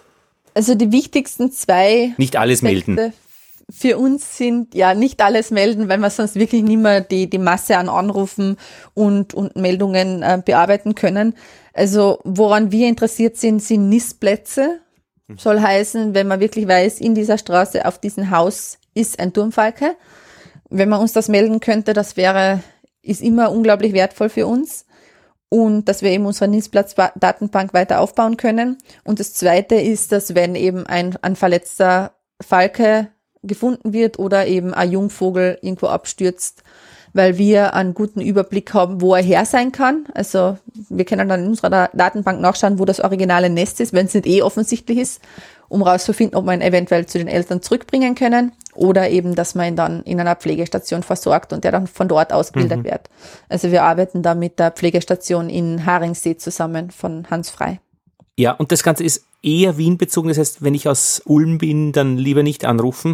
Also die wichtigsten zwei Nicht alles Aspekte melden. Für uns sind, ja, nicht alles melden, weil wir sonst wirklich nicht mehr die, die Masse an Anrufen und, und Meldungen äh, bearbeiten können. Also woran wir interessiert sind, sind Nistplätze. Soll heißen, wenn man wirklich weiß, in dieser Straße, auf diesem Haus ist ein Turmfalke. Wenn man uns das melden könnte, das wäre, ist immer unglaublich wertvoll für uns. Und dass wir eben unsere Nistplatz-Datenbank weiter aufbauen können. Und das Zweite ist, dass wenn eben ein, ein verletzter Falke gefunden wird oder eben ein Jungvogel irgendwo abstürzt, weil wir einen guten Überblick haben, wo er her sein kann. Also wir können dann in unserer Datenbank nachschauen, wo das originale Nest ist, wenn es nicht eh offensichtlich ist, um rauszufinden, ob wir ihn eventuell zu den Eltern zurückbringen können oder eben, dass man ihn dann in einer Pflegestation versorgt und der dann von dort ausgebildet mhm. wird. Also wir arbeiten da mit der Pflegestation in Haringsee zusammen von Hans Frei. Ja, und das Ganze ist eher Wien bezogen, das heißt, wenn ich aus Ulm bin, dann lieber nicht anrufen?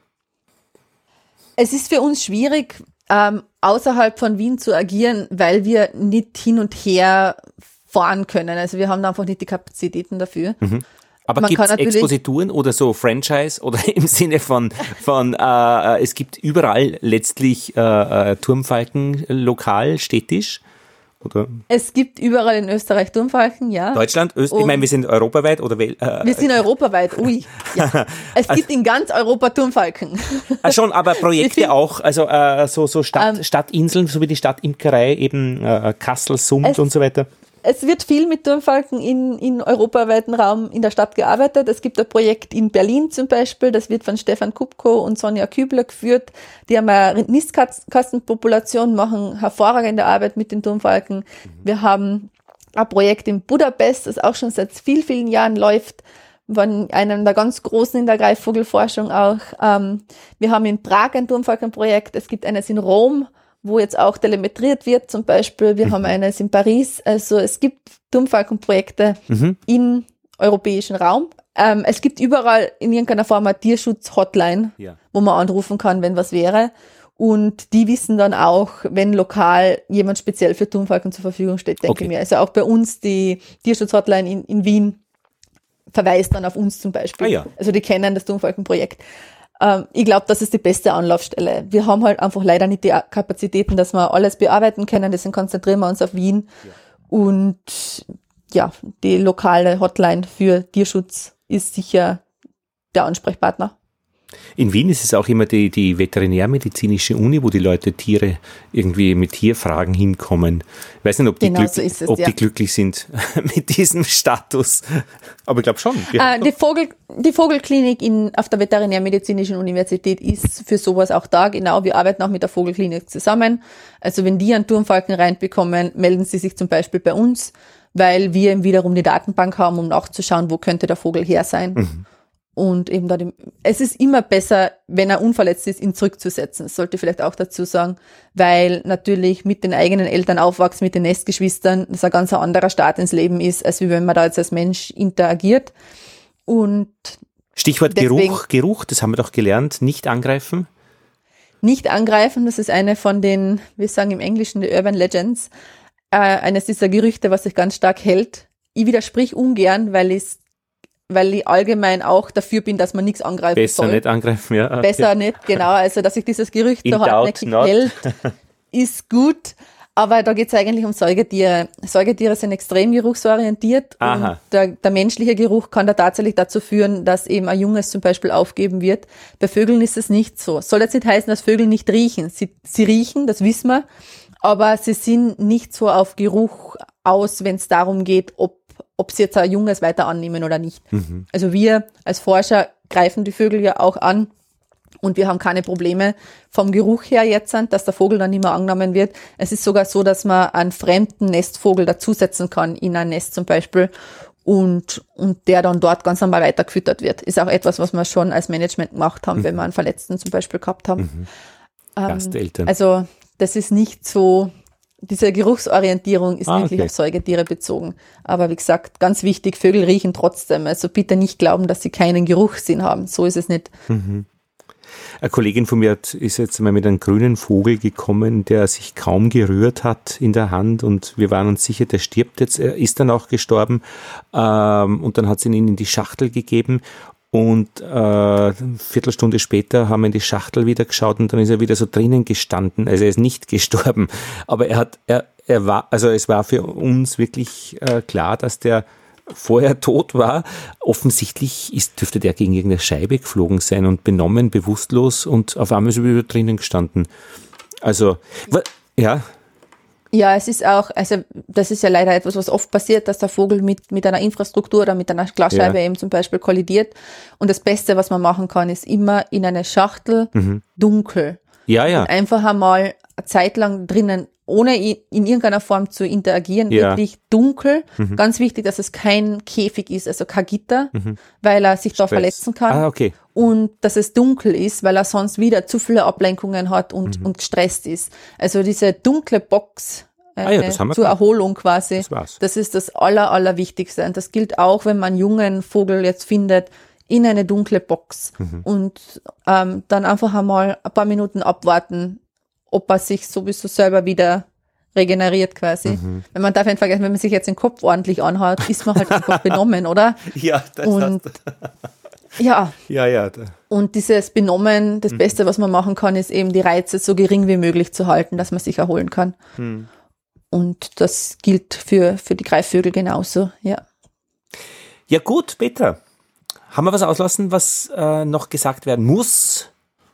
Es ist für uns schwierig, ähm, außerhalb von Wien zu agieren, weil wir nicht hin und her fahren können. Also wir haben da einfach nicht die Kapazitäten dafür. Mhm. Aber gibt es Exposituren oder so Franchise oder im Sinne von, von äh, es gibt überall letztlich äh, Turmfalken lokal, städtisch? Oder? Es gibt überall in Österreich Turmfalken, ja. Deutschland, Österreich, ich meine, wir sind europaweit oder wel, äh, Wir sind europaweit, ui. Ja. Es gibt in ganz Europa Turmfalken. Ah, schon, aber Projekte auch, also äh, so, so Stadt, ähm, Stadtinseln, so wie die Stadtimkerei, eben äh, Kassel, Sund und so weiter. Es wird viel mit Turmfalken in, in europaweiten Raum in der Stadt gearbeitet. Es gibt ein Projekt in Berlin zum Beispiel, das wird von Stefan Kupko und Sonja Kübler geführt. Die haben eine Nistkastenpopulation, machen hervorragende Arbeit mit den Turmfalken. Mhm. Wir haben ein Projekt in Budapest, das auch schon seit vielen, vielen Jahren läuft, von einem der ganz Großen in der Greifvogelforschung auch. Ähm, wir haben in Prag ein Turmfalkenprojekt, es gibt eines in Rom, wo jetzt auch telemetriert wird zum Beispiel. Wir mhm. haben eines in Paris. Also es gibt Turmfalkenprojekte mhm. im europäischen Raum. Ähm, es gibt überall in irgendeiner Form eine Tierschutz-Hotline, ja. wo man anrufen kann, wenn was wäre. Und die wissen dann auch, wenn lokal jemand speziell für Turmfalken zur Verfügung steht, denke okay. ich mir. Also auch bei uns die Tierschutz-Hotline in, in Wien verweist dann auf uns zum Beispiel. Ah, ja. Also die kennen das Turmfalkenprojekt. Ich glaube, das ist die beste Anlaufstelle. Wir haben halt einfach leider nicht die Kapazitäten, dass wir alles bearbeiten können. Deswegen konzentrieren wir uns auf Wien. Ja. Und ja, die lokale Hotline für Tierschutz ist sicher der Ansprechpartner. In Wien ist es auch immer die, die Veterinärmedizinische Uni, wo die Leute Tiere irgendwie mit Tierfragen hinkommen. Ich weiß nicht, ob die, genau, glück, so ist es, ob ja. die glücklich sind mit diesem Status. Aber ich glaube schon. Äh, die, Vogel, die Vogelklinik in, auf der Veterinärmedizinischen Universität ist für sowas auch da. Genau, wir arbeiten auch mit der Vogelklinik zusammen. Also wenn die einen Turmfalken reinbekommen, melden sie sich zum Beispiel bei uns, weil wir eben wiederum die Datenbank haben, um nachzuschauen, wo könnte der Vogel her sein. Mhm. Und eben da, dem, es ist immer besser, wenn er unverletzt ist, ihn zurückzusetzen. Das sollte ich vielleicht auch dazu sagen, weil natürlich mit den eigenen Eltern aufwachsen, mit den Nestgeschwistern, das ein ganz anderer Start ins Leben ist, als wie wenn man da jetzt als Mensch interagiert. Und Stichwort deswegen, Geruch, Geruch, das haben wir doch gelernt, nicht angreifen. Nicht angreifen, das ist eine von den, wir sagen im Englischen, die Urban Legends, äh, eines dieser Gerüchte, was sich ganz stark hält. Ich widersprich ungern, weil ich weil ich allgemein auch dafür bin, dass man nichts angreifen Besser soll. Besser nicht angreifen, ja. Okay. Besser nicht, genau. Also, dass sich dieses Gerücht In so hartnäckig hält, ist gut. Aber da geht es eigentlich um Säugetiere. Säugetiere sind extrem geruchsorientiert. Aha. Und der, der menschliche Geruch kann da tatsächlich dazu führen, dass eben ein Junges zum Beispiel aufgeben wird. Bei Vögeln ist es nicht so. Soll jetzt nicht heißen, dass Vögel nicht riechen. Sie, sie riechen, das wissen wir. Aber sie sind nicht so auf Geruch aus, wenn es darum geht, ob ob sie jetzt ein Junges weiter annehmen oder nicht. Mhm. Also wir als Forscher greifen die Vögel ja auch an und wir haben keine Probleme vom Geruch her jetzt, dass der Vogel dann nicht mehr angenommen wird. Es ist sogar so, dass man einen fremden Nestvogel dazusetzen kann in ein Nest zum Beispiel und, und der dann dort ganz normal weitergefüttert wird. Ist auch etwas, was wir schon als Management gemacht haben, mhm. wenn wir einen Verletzten zum Beispiel gehabt haben. Mhm. Ähm, Gasteltern. Also das ist nicht so... Diese Geruchsorientierung ist ah, wirklich okay. auf Säugetiere bezogen. Aber wie gesagt, ganz wichtig, Vögel riechen trotzdem. Also bitte nicht glauben, dass sie keinen Geruchssinn haben. So ist es nicht. Mhm. Eine Kollegin von mir hat, ist jetzt mal mit einem grünen Vogel gekommen, der sich kaum gerührt hat in der Hand und wir waren uns sicher, der stirbt jetzt. Er ist dann auch gestorben ähm, und dann hat sie ihn in die Schachtel gegeben. Und äh, eine Viertelstunde später haben wir in die Schachtel wieder geschaut und dann ist er wieder so drinnen gestanden. Also er ist nicht gestorben. Aber er hat, er, er war, also es war für uns wirklich äh, klar, dass der vorher tot war. Offensichtlich ist, dürfte der gegen irgendeine Scheibe geflogen sein und benommen, bewusstlos und auf einmal ist er wieder drinnen gestanden. Also, ja. Ja, es ist auch, also das ist ja leider etwas, was oft passiert, dass der Vogel mit mit einer Infrastruktur oder mit einer Glasscheibe ja. eben zum Beispiel kollidiert. Und das Beste, was man machen kann, ist immer in eine Schachtel mhm. dunkel. Ja, ja. Und einfach einmal eine Zeit lang drinnen, ohne in irgendeiner Form zu interagieren, ja. wirklich dunkel. Mhm. Ganz wichtig, dass es kein Käfig ist, also kein Gitter, mhm. weil er sich da verletzen kann. Ah, okay. Und dass es dunkel ist, weil er sonst wieder zu viele Ablenkungen hat und, mhm. und gestresst ist. Also diese dunkle Box äh, ah ja, das haben wir zur Erholung quasi, das, war's. Das ist das Aller, Allerwichtigste. Und das gilt auch, wenn man einen jungen Vogel jetzt findet, in eine dunkle Box. Mhm. Und ähm, dann einfach einmal ein paar Minuten abwarten, ob er sich sowieso selber wieder regeneriert quasi. Mhm. Wenn man darf nicht vergessen, wenn man sich jetzt den Kopf ordentlich anhaut, ist man halt einfach benommen, oder? Ja, das und ja. Ja, ja. Und dieses Benommen, das mhm. Beste, was man machen kann, ist eben die Reize so gering wie möglich zu halten, dass man sich erholen kann. Mhm. Und das gilt für, für die Greifvögel genauso, ja. Ja gut, Petra, haben wir was auslassen, was äh, noch gesagt werden muss?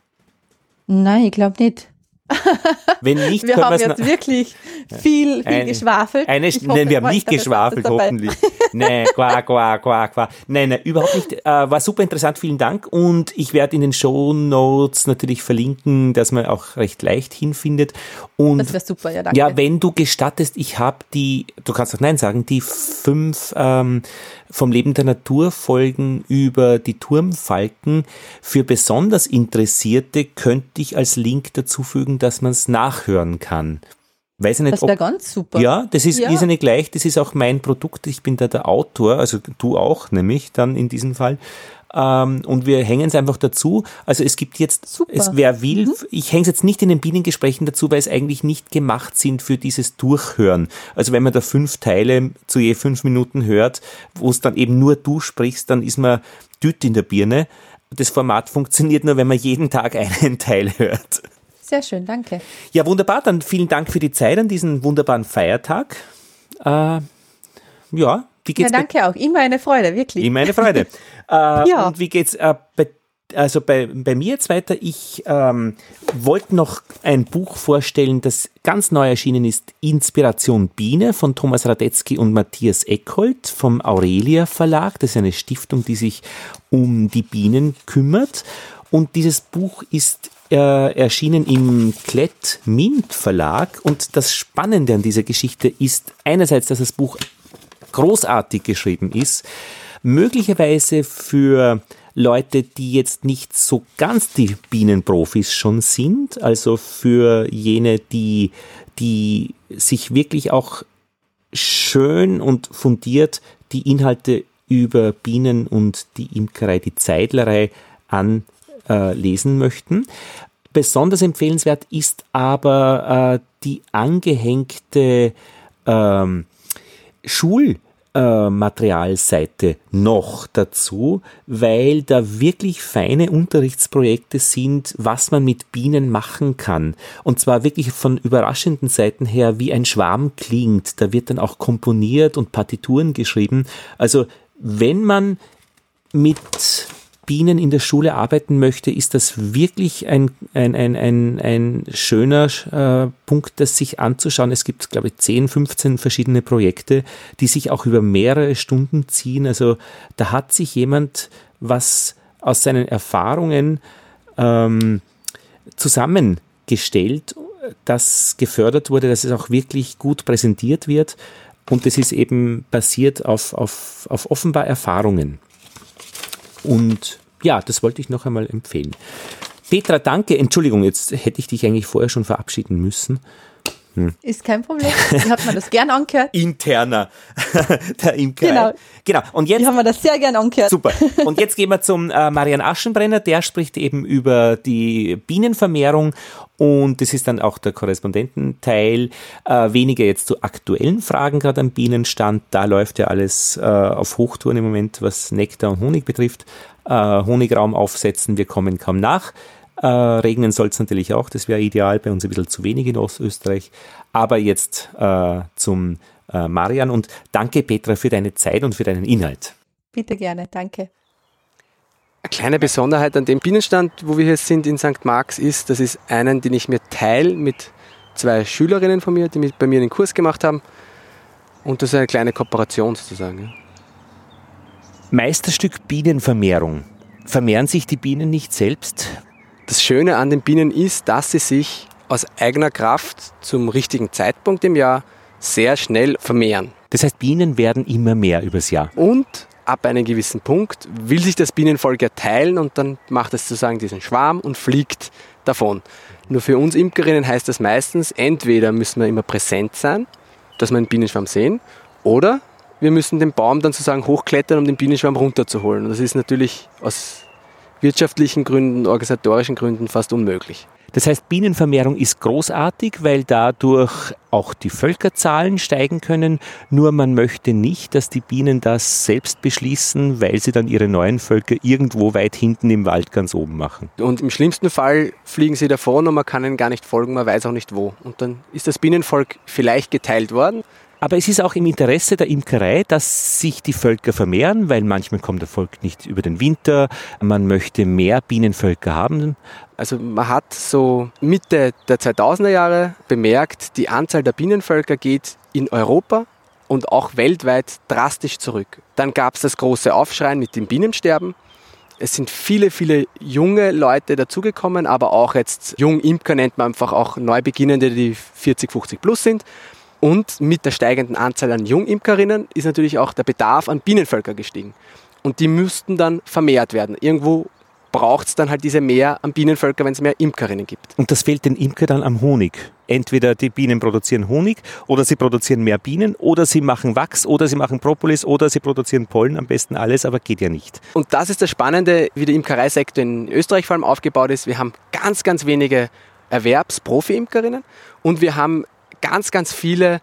Nein, ich glaube nicht. Wenn nicht, wir können haben wir's jetzt wirklich viel, viel Ein, geschwafelt. Eine, Ich nein, hoffe, wir haben euch nicht hat das geschwafelt, dabei. hoffentlich. Nein, qua, qua, qua, qua. Nein, nein, überhaupt nicht. Äh, war super interessant, vielen Dank. Und ich werde in den Shownotes natürlich verlinken, dass man auch recht leicht hinfindet. Und Das wäre super, ja, danke. ja, wenn du gestattest, ich habe die, du kannst auch Nein sagen, die fünf ähm, vom Leben der Natur Folgen über die Turmfalken für besonders Interessierte könnte ich als Link dazufügen, dass man es nachhören kann. Weiß ich nicht, Das wäre ganz super. ja, das ist, Ja. ist ja nicht gleich, das ist auch mein Produkt, ich bin da der Autor, also du auch, nämlich dann in diesem Fall. Ähm, und wir hängen es einfach dazu. Also es gibt jetzt, Super. es, wer will, Mhm. ich hänge es jetzt nicht in den Bienengesprächen dazu, weil es eigentlich nicht gemacht sind für dieses Durchhören. Also wenn man da fünf Teile zu je fünf Minuten hört, wo es dann eben nur du sprichst, dann ist man düt in der Birne. Das Format funktioniert nur, wenn man jeden Tag einen Teil hört. Sehr schön, danke. Ja, wunderbar. Dann vielen Dank für die Zeit an diesen wunderbaren Feiertag. Äh, ja, wie Ja, geht's danke auch. Immer eine Freude, wirklich. bei Immer eine Freude. äh, Ja. Und wie geht's äh, bei, also bei, bei mir jetzt weiter? Ich ähm, wollte noch ein Buch vorstellen, das ganz neu erschienen ist, Inspiration Biene von Thomas Radetzky und Matthias Eckhold vom Aurelia Verlag. Das ist eine Stiftung, die sich um die Bienen kümmert. Und dieses Buch ist äh, erschienen im Klett Mint Verlag. Und das Spannende an dieser Geschichte ist einerseits, dass das Buch großartig geschrieben ist, möglicherweise für Leute, die jetzt nicht so ganz die Bienenprofis schon sind, also für jene, die, die sich wirklich auch schön und fundiert die Inhalte über Bienen und die Imkerei, die Zeidlerei anlesen möchten. Besonders empfehlenswert ist aber äh, die angehängte ähm, Schulmaterialseite noch dazu, weil da wirklich feine Unterrichtsprojekte sind, was man mit Bienen machen kann. Und zwar wirklich von überraschenden Seiten her, wie ein Schwarm klingt. Da wird dann auch komponiert und Partituren geschrieben. Also wenn man mit Bienen in der Schule arbeiten möchte, ist das wirklich ein, ein, ein, ein, ein schöner äh, Punkt, das sich anzuschauen. Es gibt, glaube ich, zehn, fünfzehn verschiedene Projekte, die sich auch über mehrere Stunden ziehen. Also da hat sich jemand was aus seinen Erfahrungen ähm, zusammengestellt, das gefördert wurde, dass es auch wirklich gut präsentiert wird. Und das ist eben basiert auf, auf, auf offenbar Erfahrungen. Und ja, das wollte ich noch einmal empfehlen. Petra, danke. Entschuldigung, jetzt hätte ich dich eigentlich vorher schon verabschieden müssen. Hm. Ist kein Problem. Ich habe mir das gern angehört. Interner. Der Imkerei. Genau. Genau. Und jetzt, Ich habe mir das sehr gern angehört. super. Und jetzt gehen wir zum äh, Marian Aschenbrenner. Der spricht eben über die Bienenvermehrung. Und das ist dann auch der Korrespondententeil. Äh, weniger jetzt zu aktuellen Fragen gerade am Bienenstand. Da läuft ja alles äh, auf Hochtouren im Moment, was Nektar und Honig betrifft. Äh, Honigraum aufsetzen, wir kommen kaum nach. Äh, regnen soll es natürlich auch, das wäre ideal, bei uns ein bisschen zu wenig in Ostösterreich. Aber jetzt äh, zum äh, Marian und danke Petra für deine Zeit und für deinen Inhalt. Bitte gerne, danke. Eine kleine Besonderheit an dem Bienenstand, wo wir hier sind in Sankt Marx, ist, das ist einen, den ich mir teile mit zwei Schülerinnen von mir, die mit bei mir den Kurs gemacht haben. Und das ist eine kleine Kooperation sozusagen. Ja. Meisterstück Bienenvermehrung. Vermehren sich die Bienen nicht selbst? Das Schöne an den Bienen ist, dass sie sich aus eigener Kraft zum richtigen Zeitpunkt im Jahr sehr schnell vermehren. Das heißt, Bienen werden immer mehr übers Jahr. Und ab einem gewissen Punkt will sich das Bienenvolk ja teilen und dann macht es sozusagen diesen Schwarm und fliegt davon. Nur für uns Imkerinnen heißt das meistens, entweder müssen wir immer präsent sein, dass wir einen Bienenschwarm sehen, oder wir müssen den Baum dann sozusagen hochklettern, um den Bienenschwarm runterzuholen. Und das ist natürlich aus wirtschaftlichen Gründen, organisatorischen Gründen fast unmöglich. Das heißt, Bienenvermehrung ist großartig, weil dadurch auch die Völkerzahlen steigen können. Nur man möchte nicht, dass die Bienen das selbst beschließen, weil sie dann ihre neuen Völker irgendwo weit hinten im Wald ganz oben machen. Und im schlimmsten Fall fliegen sie davon und man kann ihnen gar nicht folgen, man weiß auch nicht wo. Und dann ist das Bienenvolk vielleicht geteilt worden. Aber es ist auch im Interesse der Imkerei, dass sich die Völker vermehren, weil manchmal kommt der Volk nicht über den Winter. Man möchte mehr Bienenvölker haben. Also man hat so Mitte der zweitausender Jahre bemerkt, die Anzahl der Bienenvölker geht in Europa und auch weltweit drastisch zurück. Dann gab es das große Aufschreien mit dem Bienensterben. Es sind viele, viele junge Leute dazugekommen, aber auch jetzt Jungimker nennt man einfach auch Neubeginnende, die vierzig, fünfzig plus sind. Und mit der steigenden Anzahl an Jungimkerinnen ist natürlich auch der Bedarf an Bienenvölker gestiegen. Und die müssten dann vermehrt werden. Irgendwo braucht es dann halt diese mehr an Bienenvölker, wenn es mehr Imkerinnen gibt. Und das fehlt den Imker dann am Honig. Entweder die Bienen produzieren Honig oder sie produzieren mehr Bienen oder sie machen Wachs oder sie machen Propolis oder sie produzieren Pollen, am besten alles, aber geht ja nicht. Und das ist das Spannende, wie der Imkereisektor in Österreich vor allem aufgebaut ist. Wir haben ganz, ganz wenige Erwerbsprofi-Imkerinnen und wir haben ganz, ganz viele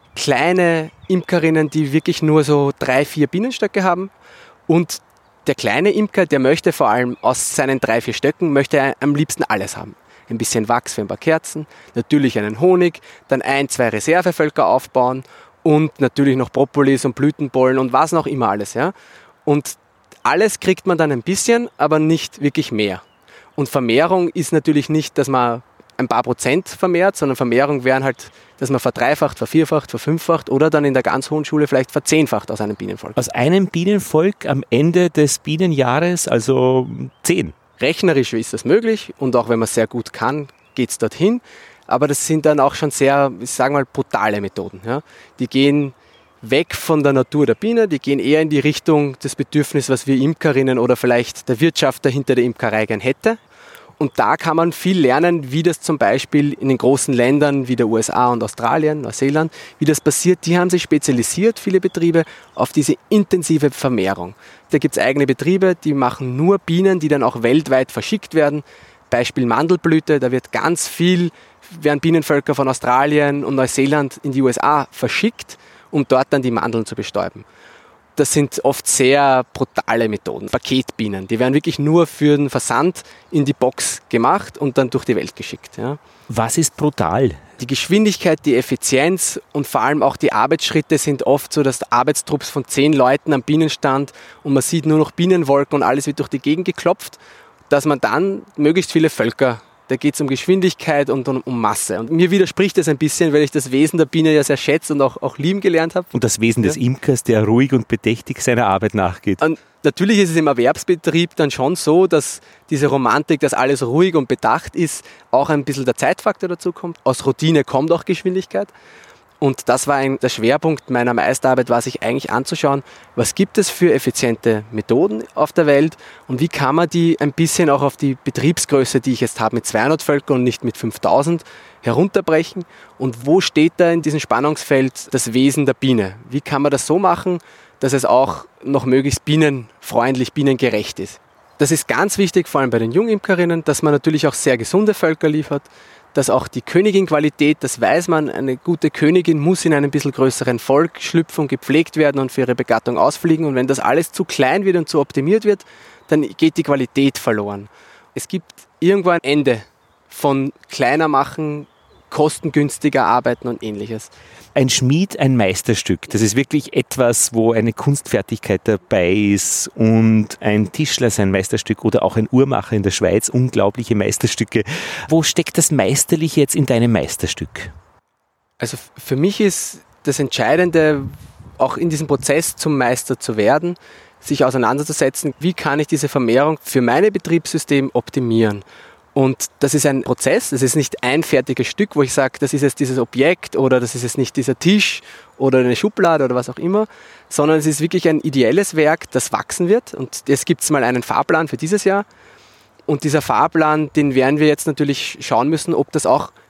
kleine Imkerinnen, die wirklich nur so drei, vier Bienenstöcke haben. Und der kleine Imker, der möchte vor allem aus seinen drei, vier Stöcken, möchte am liebsten alles haben. Ein bisschen Wachs für ein paar Kerzen, natürlich einen Honig, dann ein, zwei Reservevölker aufbauen und natürlich noch Propolis und Blütenpollen und was noch immer alles. Ja? Und alles kriegt man dann ein bisschen, aber nicht wirklich mehr. Und Vermehrung ist natürlich nicht, dass man ein paar Prozent vermehrt, sondern Vermehrung wären halt, dass man verdreifacht, vervierfacht, verfünffacht oder dann in der ganz hohen Schule vielleicht verzehnfacht aus einem Bienenvolk. Aus einem Bienenvolk am Ende des Bienenjahres, also zehn. Rechnerisch ist das möglich und auch wenn man es sehr gut kann, geht es dorthin. Aber das sind dann auch schon sehr, ich sage mal, brutale Methoden. Ja. Die gehen weg von der Natur der Biene, die gehen eher in die Richtung des Bedürfnisses, was wir Imkerinnen oder vielleicht der Wirtschafter hinter der Imkerei gern hätte. Und da kann man viel lernen, wie das zum Beispiel in den großen Ländern wie der U S A und Australien, Neuseeland, wie das passiert. Die haben sich spezialisiert, viele Betriebe, auf diese intensive Vermehrung. Da gibt es eigene Betriebe, die machen nur Bienen, die dann auch weltweit verschickt werden. Beispiel Mandelblüte, da wird ganz viel, werden Bienenvölker von Australien und Neuseeland in die U S A verschickt, um dort dann die Mandeln zu bestäuben. Das sind oft sehr brutale Methoden. Paketbienen, die werden wirklich nur für den Versand in die Box gemacht und dann durch die Welt geschickt. Ja. Was ist brutal? Die Geschwindigkeit, die Effizienz und vor allem auch die Arbeitsschritte sind oft so, dass Arbeitstrupps von zehn Leuten am Bienenstand und man sieht nur noch Bienenwolken und alles wird durch die Gegend geklopft, dass man dann möglichst viele Völker, da geht es um Geschwindigkeit und um, um Masse. Und mir widerspricht das ein bisschen, weil ich das Wesen der Biene ja sehr schätze und auch, auch lieben gelernt habe. Und das Wesen ja. des Imkers, der ruhig und bedächtig seiner Arbeit nachgeht. Und natürlich ist es im Erwerbsbetrieb dann schon so, dass diese Romantik, dass alles ruhig und bedacht ist, auch ein bisschen der Zeitfaktor dazu kommt. Aus Routine kommt auch Geschwindigkeit. Und das war ein, der Schwerpunkt meiner Meisterarbeit, war sich eigentlich anzuschauen, was gibt es für effiziente Methoden auf der Welt und wie kann man die ein bisschen auch auf die Betriebsgröße, die ich jetzt habe, mit zweihundert Völkern und nicht mit fünftausend, herunterbrechen und wo steht da in diesem Spannungsfeld das Wesen der Biene? Wie kann man das so machen, dass es auch noch möglichst bienenfreundlich, bienengerecht ist? Das ist ganz wichtig, vor allem bei den Jungimkerinnen, dass man natürlich auch sehr gesunde Völker liefert, dass auch die Königin-Qualität, das weiß man, eine gute Königin muss in einem bisschen größeren Volk schlüpfen und gepflegt werden und für ihre Begattung ausfliegen. Und wenn das alles zu klein wird und zu optimiert wird, dann geht die Qualität verloren. Es gibt irgendwo ein Ende von kleiner machen, kostengünstiger arbeiten und Ähnliches. Ein Schmied, ein Meisterstück. Das ist wirklich etwas, wo eine Kunstfertigkeit dabei ist und ein Tischler sein Meisterstück oder auch ein Uhrmacher in der Schweiz, unglaubliche Meisterstücke. Wo steckt das Meisterliche jetzt in deinem Meisterstück? Also für mich ist das Entscheidende, auch in diesem Prozess zum Meister zu werden, sich auseinanderzusetzen, wie kann ich diese Vermehrung für mein Betriebssystem optimieren. Und das ist ein Prozess, das ist nicht ein fertiges Stück, wo ich sage, das ist jetzt dieses Objekt oder das ist jetzt nicht dieser Tisch oder eine Schublade oder was auch immer, sondern es ist wirklich ein ideelles Werk, das wachsen wird. Und jetzt gibt es mal einen Fahrplan für dieses Jahr. Und dieser Fahrplan, den werden wir jetzt natürlich schauen müssen, ob das auch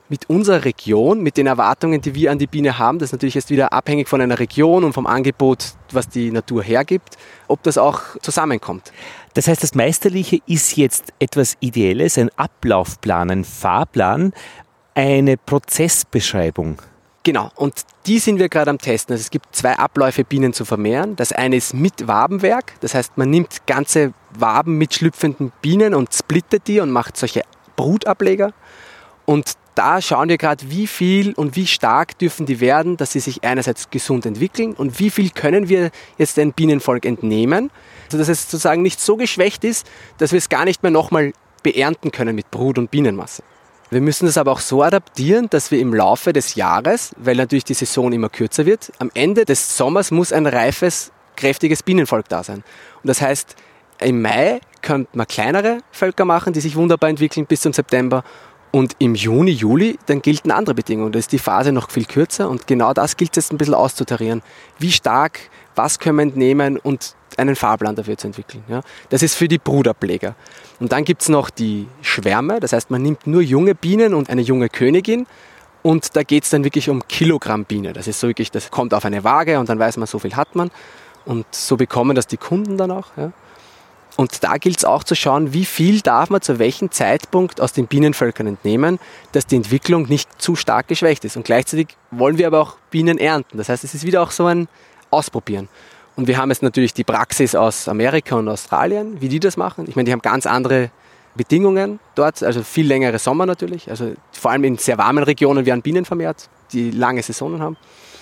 mit unserer Region, mit den Erwartungen, die wir an die Biene haben, das ist natürlich jetzt wieder abhängig von einer Region und vom Angebot, was die Natur hergibt, ob das auch zusammenkommt. Das heißt, das Meisterliche ist jetzt etwas Ideelles, ein Ablaufplan, ein Fahrplan, eine Prozessbeschreibung. Genau, und die sind wir gerade am Testen. Also es gibt zwei Abläufe, Bienen zu vermehren. Das eine ist mit Wabenwerk, das heißt, man nimmt ganze Waben mit schlüpfenden Bienen und splittet die und macht solche Brutableger. Und da schauen wir gerade, wie viel und wie stark dürfen die werden, dass sie sich einerseits gesund entwickeln und wie viel können wir jetzt dem Bienenvolk entnehmen, sodass es sozusagen nicht so geschwächt ist, dass wir es gar nicht mehr nochmal beernten können mit Brut- und Bienenmasse. Wir müssen das aber auch so adaptieren, dass wir im Laufe des Jahres, weil natürlich die Saison immer kürzer wird, am Ende des Sommers muss ein reifes, kräftiges Bienenvolk da sein. Und das heißt, im Mai könnte man kleinere Völker machen, die sich wunderbar entwickeln bis zum September. Und im Juni, Juli, dann gelten andere Bedingungen. Da ist die Phase noch viel kürzer und genau das gilt es jetzt ein bisschen auszutarieren. Wie stark, was können wir entnehmen und einen Fahrplan dafür zu entwickeln. Ja. Das ist für die Brutableger. Und dann gibt es noch die Schwärme, das heißt, man nimmt nur junge Bienen und eine junge Königin und da geht es dann wirklich um Kilogramm Biene. Das ist so wirklich, das kommt auf eine Waage und dann weiß man, so viel hat man und so bekommen das die Kunden dann auch. Ja. Und da gilt es auch zu schauen, wie viel darf man zu welchem Zeitpunkt aus den Bienenvölkern entnehmen, dass die Entwicklung nicht zu stark geschwächt ist. Und gleichzeitig wollen wir aber auch Bienen ernten. Das heißt, es ist wieder auch so ein Ausprobieren. Und wir haben jetzt natürlich die Praxis aus Amerika und Australien, wie die das machen. Ich meine, die haben ganz andere Bedingungen dort, also viel längere Sommer natürlich. Also vor allem in sehr warmen Regionen werden Bienen vermehrt, die lange Saisonen haben.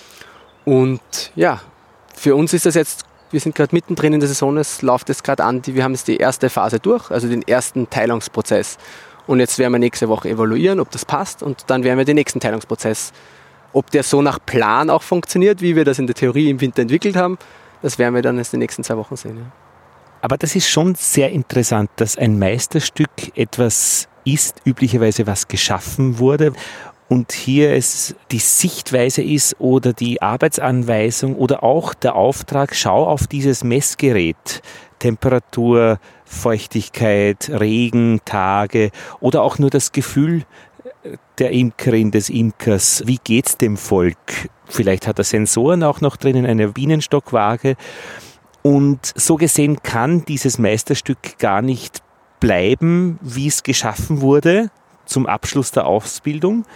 Und ja, für uns ist das jetzt, wir sind gerade mittendrin in der Saison, es läuft jetzt gerade an, wir haben jetzt die erste Phase durch, also den ersten Teilungsprozess. Und jetzt werden wir nächste Woche evaluieren, ob das passt und dann werden wir den nächsten Teilungsprozess, ob der so nach Plan auch funktioniert, wie wir das in der Theorie im Winter entwickelt haben, das werden wir dann in den nächsten zwei Wochen sehen. Ja. Aber das ist schon sehr interessant, dass ein Meisterstück etwas ist, üblicherweise was geschaffen wurde und hier es die Sichtweise ist oder die Arbeitsanweisung oder auch der Auftrag, schau auf dieses Messgerät, Temperatur, Feuchtigkeit, Regen, Tage oder auch nur das Gefühl der Imkerin, des Imkers, wie geht's dem Volk? Vielleicht hat er Sensoren auch noch drinnen, eine Bienenstockwaage. Und so gesehen kann dieses Meisterstück gar nicht bleiben, wie es geschaffen wurde zum Abschluss der Ausbildung,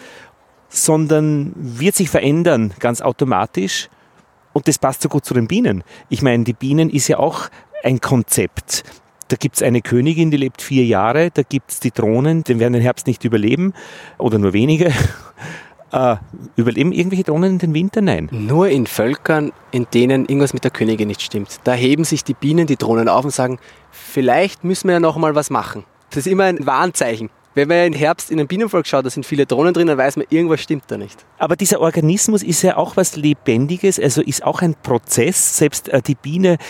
sondern wird sich verändern, ganz automatisch. Und das passt so gut zu den Bienen. Ich meine, die Bienen ist ja auch ein Konzept. Da gibt es eine Königin, die lebt vier Jahre, da gibt es die Drohnen, die werden den Herbst nicht überleben oder nur wenige. Äh, überleben irgendwelche Drohnen den Winter? Nein. Nur in Völkern, in denen irgendwas mit der Königin nicht stimmt. Da heben sich die Bienen, die Drohnen auf und sagen, vielleicht müssen wir ja noch mal was machen. Das ist immer ein Warnzeichen. Wenn man ja im Herbst in ein Bienenvolk schaut, da sind viele Drohnen drin, dann weiß man, irgendwas stimmt da nicht. Aber dieser Organismus ist ja auch was Lebendiges, also ist auch ein Prozess. Selbst äh, die Biene,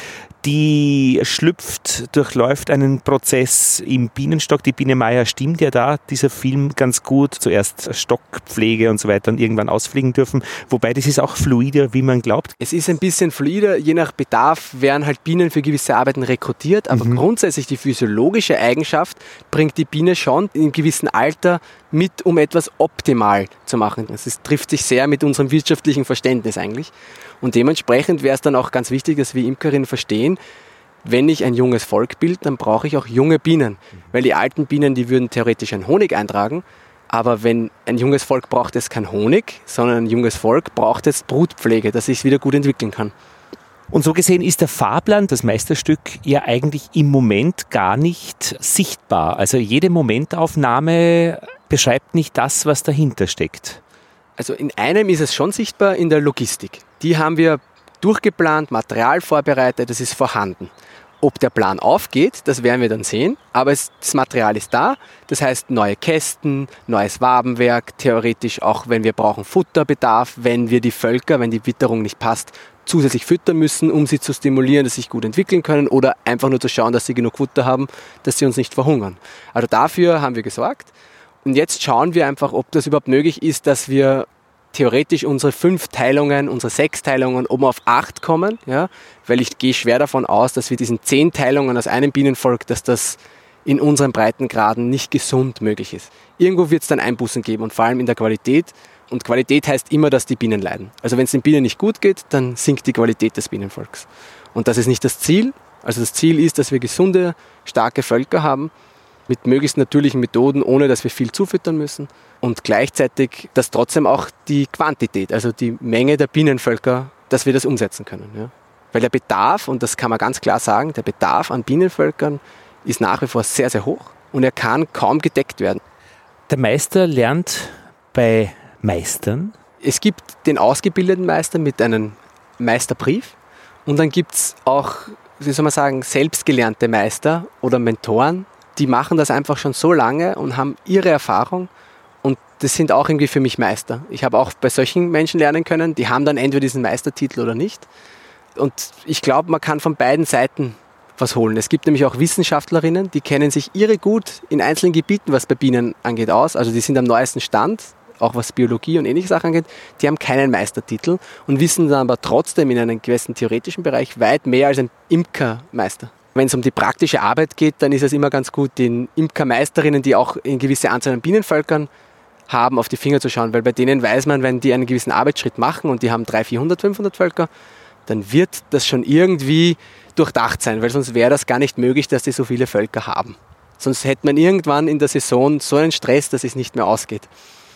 die schlüpft, durchläuft einen Prozess im Bienenstock. Die Biene Meier stimmt ja da, dieser Film ganz gut. Zuerst Stockpflege und so weiter und irgendwann ausfliegen dürfen. Wobei das ist auch fluider, wie man glaubt. Es ist ein bisschen fluider. Je nach Bedarf werden halt Bienen für gewisse Arbeiten rekrutiert. Aber mhm. grundsätzlich die physiologische Eigenschaft bringt die Biene schon in einem gewissen Alter mit, um etwas optimal zu machen. Das ist, trifft sich sehr mit unserem wirtschaftlichen Verständnis eigentlich. Und dementsprechend wäre es dann auch ganz wichtig, dass wir Imkerinnen verstehen, wenn ich ein junges Volk bilde, dann brauche ich auch junge Bienen. Weil die alten Bienen, die würden theoretisch einen Honig eintragen, aber wenn ein junges Volk braucht es kein Honig, sondern ein junges Volk braucht es Brutpflege, dass es sich wieder gut entwickeln kann. Und so gesehen ist der Fahrplan, das Meisterstück, ja eigentlich im Moment gar nicht sichtbar. Also jede Momentaufnahme beschreibt nicht das, was dahinter steckt. Also in einem ist es schon sichtbar, in der Logistik. Die haben wir durchgeplant, Material vorbereitet, das ist vorhanden. Ob der Plan aufgeht, das werden wir dann sehen, aber es, das Material ist da. Das heißt neue Kästen, neues Wabenwerk, theoretisch auch, wenn wir brauchen Futterbedarf, wenn wir die Völker, wenn die Witterung nicht passt, zusätzlich füttern müssen, um sie zu stimulieren, dass sie sich gut entwickeln können oder einfach nur zu schauen, dass sie genug Futter haben, dass sie uns nicht verhungern. Also dafür haben wir gesorgt. Und jetzt schauen wir einfach, ob das überhaupt möglich ist, dass wir theoretisch unsere fünf Teilungen, unsere sechs Teilungen oben auf acht kommen, ja, weil ich gehe schwer davon aus, dass wir diesen zehn Teilungen aus einem Bienenvolk, dass das in unseren Breitengraden nicht gesund möglich ist. Irgendwo wird es dann Einbußen geben und vor allem in der Qualität. Und Qualität heißt immer, dass die Bienen leiden. Also wenn es den Bienen nicht gut geht, dann sinkt die Qualität des Bienenvolks. Und das ist nicht das Ziel. Also das Ziel ist, dass wir gesunde, starke Völker haben, mit möglichst natürlichen Methoden, ohne dass wir viel zufüttern müssen. Und gleichzeitig, dass trotzdem auch die Quantität, also die Menge der Bienenvölker, dass wir das umsetzen können. Ja. Weil der Bedarf, und das kann man ganz klar sagen, der Bedarf an Bienenvölkern ist nach wie vor sehr, sehr hoch und er kann kaum gedeckt werden. Der Meister lernt bei Meistern? Es gibt den ausgebildeten Meister mit einem Meisterbrief und dann gibt es auch, wie soll man sagen, selbstgelernte Meister oder Mentoren, die machen das einfach schon so lange und haben ihre Erfahrung und das sind auch irgendwie für mich Meister. Ich habe auch bei solchen Menschen lernen können, die haben dann entweder diesen Meistertitel oder nicht. Und ich glaube, man kann von beiden Seiten was holen. Es gibt nämlich auch Wissenschaftlerinnen, die kennen sich irre gut in einzelnen Gebieten, was bei Bienen angeht, aus. Also die sind am neuesten Stand, auch was Biologie und ähnliche Sachen angeht. Die haben keinen Meistertitel und wissen dann aber trotzdem in einem gewissen theoretischen Bereich weit mehr als ein Imkermeister. Wenn es um die praktische Arbeit geht, dann ist es immer ganz gut, den Imkermeisterinnen, die auch eine gewisse Anzahl an Bienenvölkern haben, auf die Finger zu schauen, weil bei denen weiß man, wenn die einen gewissen Arbeitsschritt machen und die haben dreihundert, vierhundert, fünfhundert Völker, dann wird das schon irgendwie durchdacht sein, weil sonst wäre das gar nicht möglich, dass die so viele Völker haben. Sonst hätte man irgendwann in der Saison so einen Stress, dass es nicht mehr ausgeht.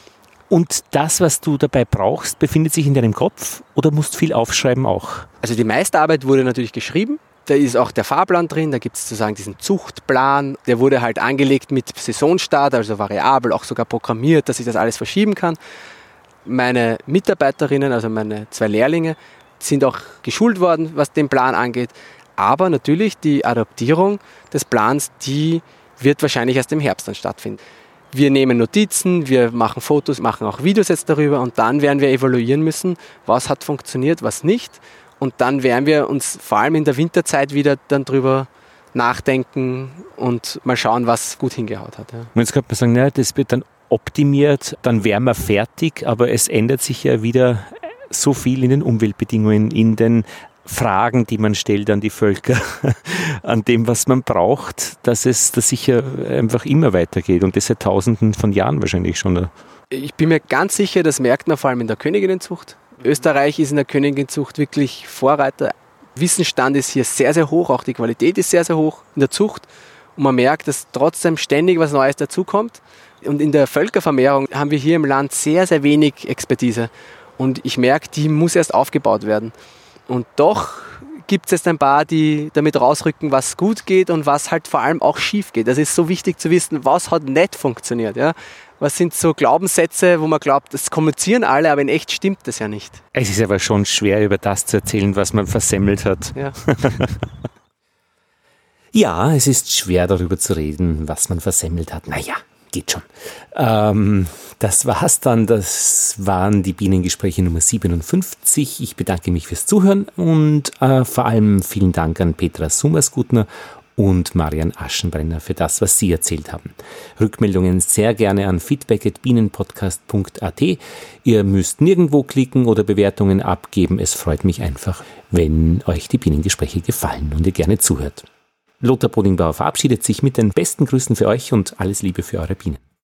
Und das, was du dabei brauchst, befindet sich in deinem Kopf oder musst viel aufschreiben auch? Also die Meisterarbeit wurde natürlich geschrieben. Da ist auch der Fahrplan drin, da gibt es sozusagen diesen Zuchtplan. Der wurde halt angelegt mit Saisonstart, also variabel, auch sogar programmiert, dass ich das alles verschieben kann. Meine Mitarbeiterinnen, also meine zwei Lehrlinge, sind auch geschult worden, was den Plan angeht. Aber natürlich die Adaptierung des Plans, die wird wahrscheinlich erst im Herbst dann stattfinden. Wir nehmen Notizen, wir machen Fotos, machen auch Videos jetzt darüber und dann werden wir evaluieren müssen, was hat funktioniert, was nicht. Und dann werden wir uns vor allem in der Winterzeit wieder dann drüber nachdenken und mal schauen, was gut hingehaut hat. Ja. Und jetzt könnte man sagen, na, das wird dann optimiert, dann wären wir fertig, aber es ändert sich ja wieder so viel in den Umweltbedingungen, in den Fragen, die man stellt an die Völker, an dem, was man braucht, dass es da sicher einfach immer weitergeht und das seit Tausenden von Jahren wahrscheinlich schon. Ich bin mir ganz sicher, das merkt man vor allem in der Königinnenzucht. Österreich ist in der Königinnenzucht wirklich Vorreiter. Wissensstand ist hier sehr, sehr hoch, auch die Qualität ist sehr, sehr hoch in der Zucht. Und man merkt, dass trotzdem ständig was Neues dazukommt. Und in der Völkervermehrung haben wir hier im Land sehr, sehr wenig Expertise. Und ich merke, die muss erst aufgebaut werden. Und doch gibt es jetzt ein paar, die damit rausrücken, was gut geht und was halt vor allem auch schief geht. Das ist so wichtig zu wissen, was hat nicht funktioniert. Ja? Was sind so Glaubenssätze, wo man glaubt, das kommunizieren alle, aber in echt stimmt das ja nicht. Es ist aber schon schwer, über das zu erzählen, was man versemmelt hat. Ja. Ja, es ist schwer, darüber zu reden, was man versemmelt hat. Naja, geht schon. Ähm, das war's dann. Das waren die Bienengespräche Nummer siebenundfünfzig. Ich bedanke mich fürs Zuhören und äh, vor allem vielen Dank an Petra Summersgutner und Marian Aschenbrenner für das, was sie erzählt haben. Rückmeldungen sehr gerne an feedback at bienenpodcast punkt a t. Ihr müsst nirgendwo klicken oder Bewertungen abgeben. Es freut mich einfach, wenn euch die Bienengespräche gefallen und ihr gerne zuhört. Lothar Bodingbauer verabschiedet sich mit den besten Grüßen für euch und alles Liebe für eure Bienen.